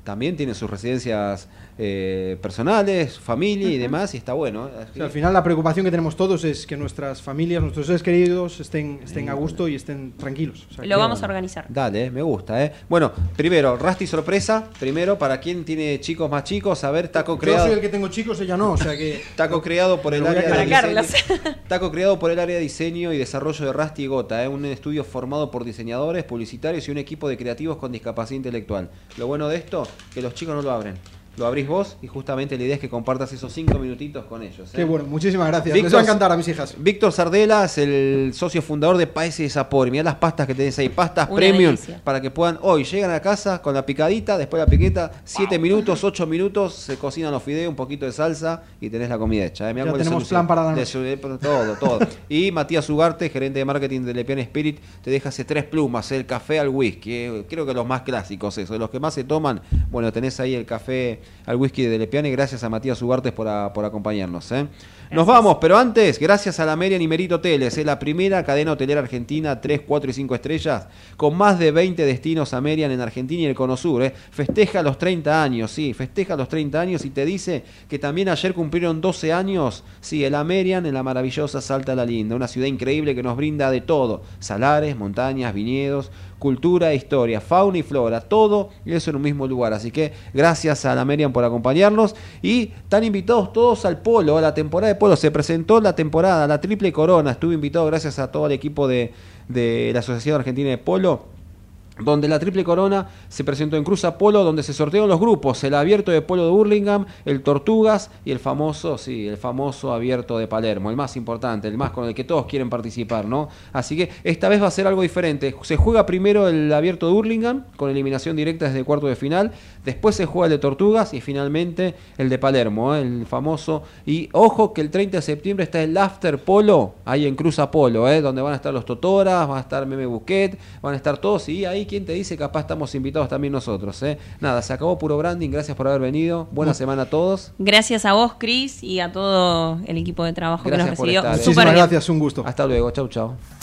también tienen sus residencias eh, personales, familia y demás, y está bueno. O sea, al final la preocupación que tenemos todos es que nuestras familias, nuestros seres queridos estén, estén a gusto y estén tranquilos. O sea, Lo que, vamos a organizar. Dale, me gusta, ¿eh? Bueno, primero, Rusty sorpresa. Primero, para quien tiene chicos más chicos, a ver, taco creado. Yo soy el que tengo chicos, ella no, o sea que... Taco creado por el Lo voy a área de quedar. Para diseño. Carlos. Taco creado por el área de diseño y desarrollo de Rusty y Gota, ¿eh? Un estudio formado por diseñadores, publicitarios y un equipo de creativos con discapacidad intelectual. Lo bueno de esto, que los chicos no lo abren. Lo abrís vos y justamente la idea es que compartas esos cinco minutitos con ellos. ¿eh? Qué bueno, muchísimas gracias. Víctor, Les va a encantar a mis hijas. Víctor Sardela es el socio fundador de Paese de Sapor. Mirá las pastas que tenés ahí, pastas Una premium, delicia. para que puedan, hoy llegan a casa con la picadita, después la piqueta, siete minutos, ocho minutos, se cocinan los fideos, un poquito de salsa y tenés la comida hecha. ¿eh? Mirá Ya cuál es tenemos solución. plan para la De noche. su- de- Todo, todo. Y Matías Ugarte, gerente de marketing de Lepiane Spirit, te deja hace tres plumas, el café al whisky. ¿eh? Creo que los más clásicos, eso, de los que más se toman. Bueno, tenés ahí el café al whisky de Lepiane. Gracias a Matías Ugarte por, a- por acompañarnos. ¿eh? Nos vamos, pero antes, gracias a la Merian y Merito Hoteles, es la primera cadena hotelera argentina tres, cuatro y cinco estrellas, con más de veinte destinos a Merian en Argentina y el Cono Sur. ¿eh? Festeja los treinta años, sí, festeja los treinta años y te dice que también ayer cumplieron doce años, sí, el Amerian en la maravillosa Salta la Linda, una ciudad increíble que nos brinda de todo, salares, montañas, viñedos, cultura, historia, fauna y flora, todo eso en un mismo lugar. Así que gracias a la Merian por acompañarnos y están invitados todos al polo, a la temporada de polo. Se presentó la temporada, la triple corona. Estuve invitado gracias a todo el equipo de, de la Asociación Argentina de Polo, donde la triple corona se presentó en Cruz Apolo, donde se sortearon los grupos, el abierto de polo de Burlingame, el Tortugas y el famoso, sí, el famoso abierto de Palermo, el más importante, el más con el que todos quieren participar, ¿no? Así que esta vez va a ser algo diferente. Se juega primero el abierto de Burlingame, con eliminación directa desde el cuarto de final, después se juega el de Tortugas y finalmente el de Palermo, ¿eh? El famoso. Y ojo que el treinta de septiembre está el After Polo, ahí en Cruz Apolo, ¿eh? Donde van a estar los Totoras, van a estar Meme Busquet, van a estar todos y ahí ¿quién te dice? Capaz estamos invitados también nosotros. ¿eh? Nada, se acabó Puro Branding. Gracias por haber venido. Buena semana a todos. Gracias a vos, Cris, y a todo el equipo de trabajo Gracias que nos por recibió. estar, ¿eh? Súper Muchísimas bien. gracias, un gusto. Hasta luego. Chau, chau.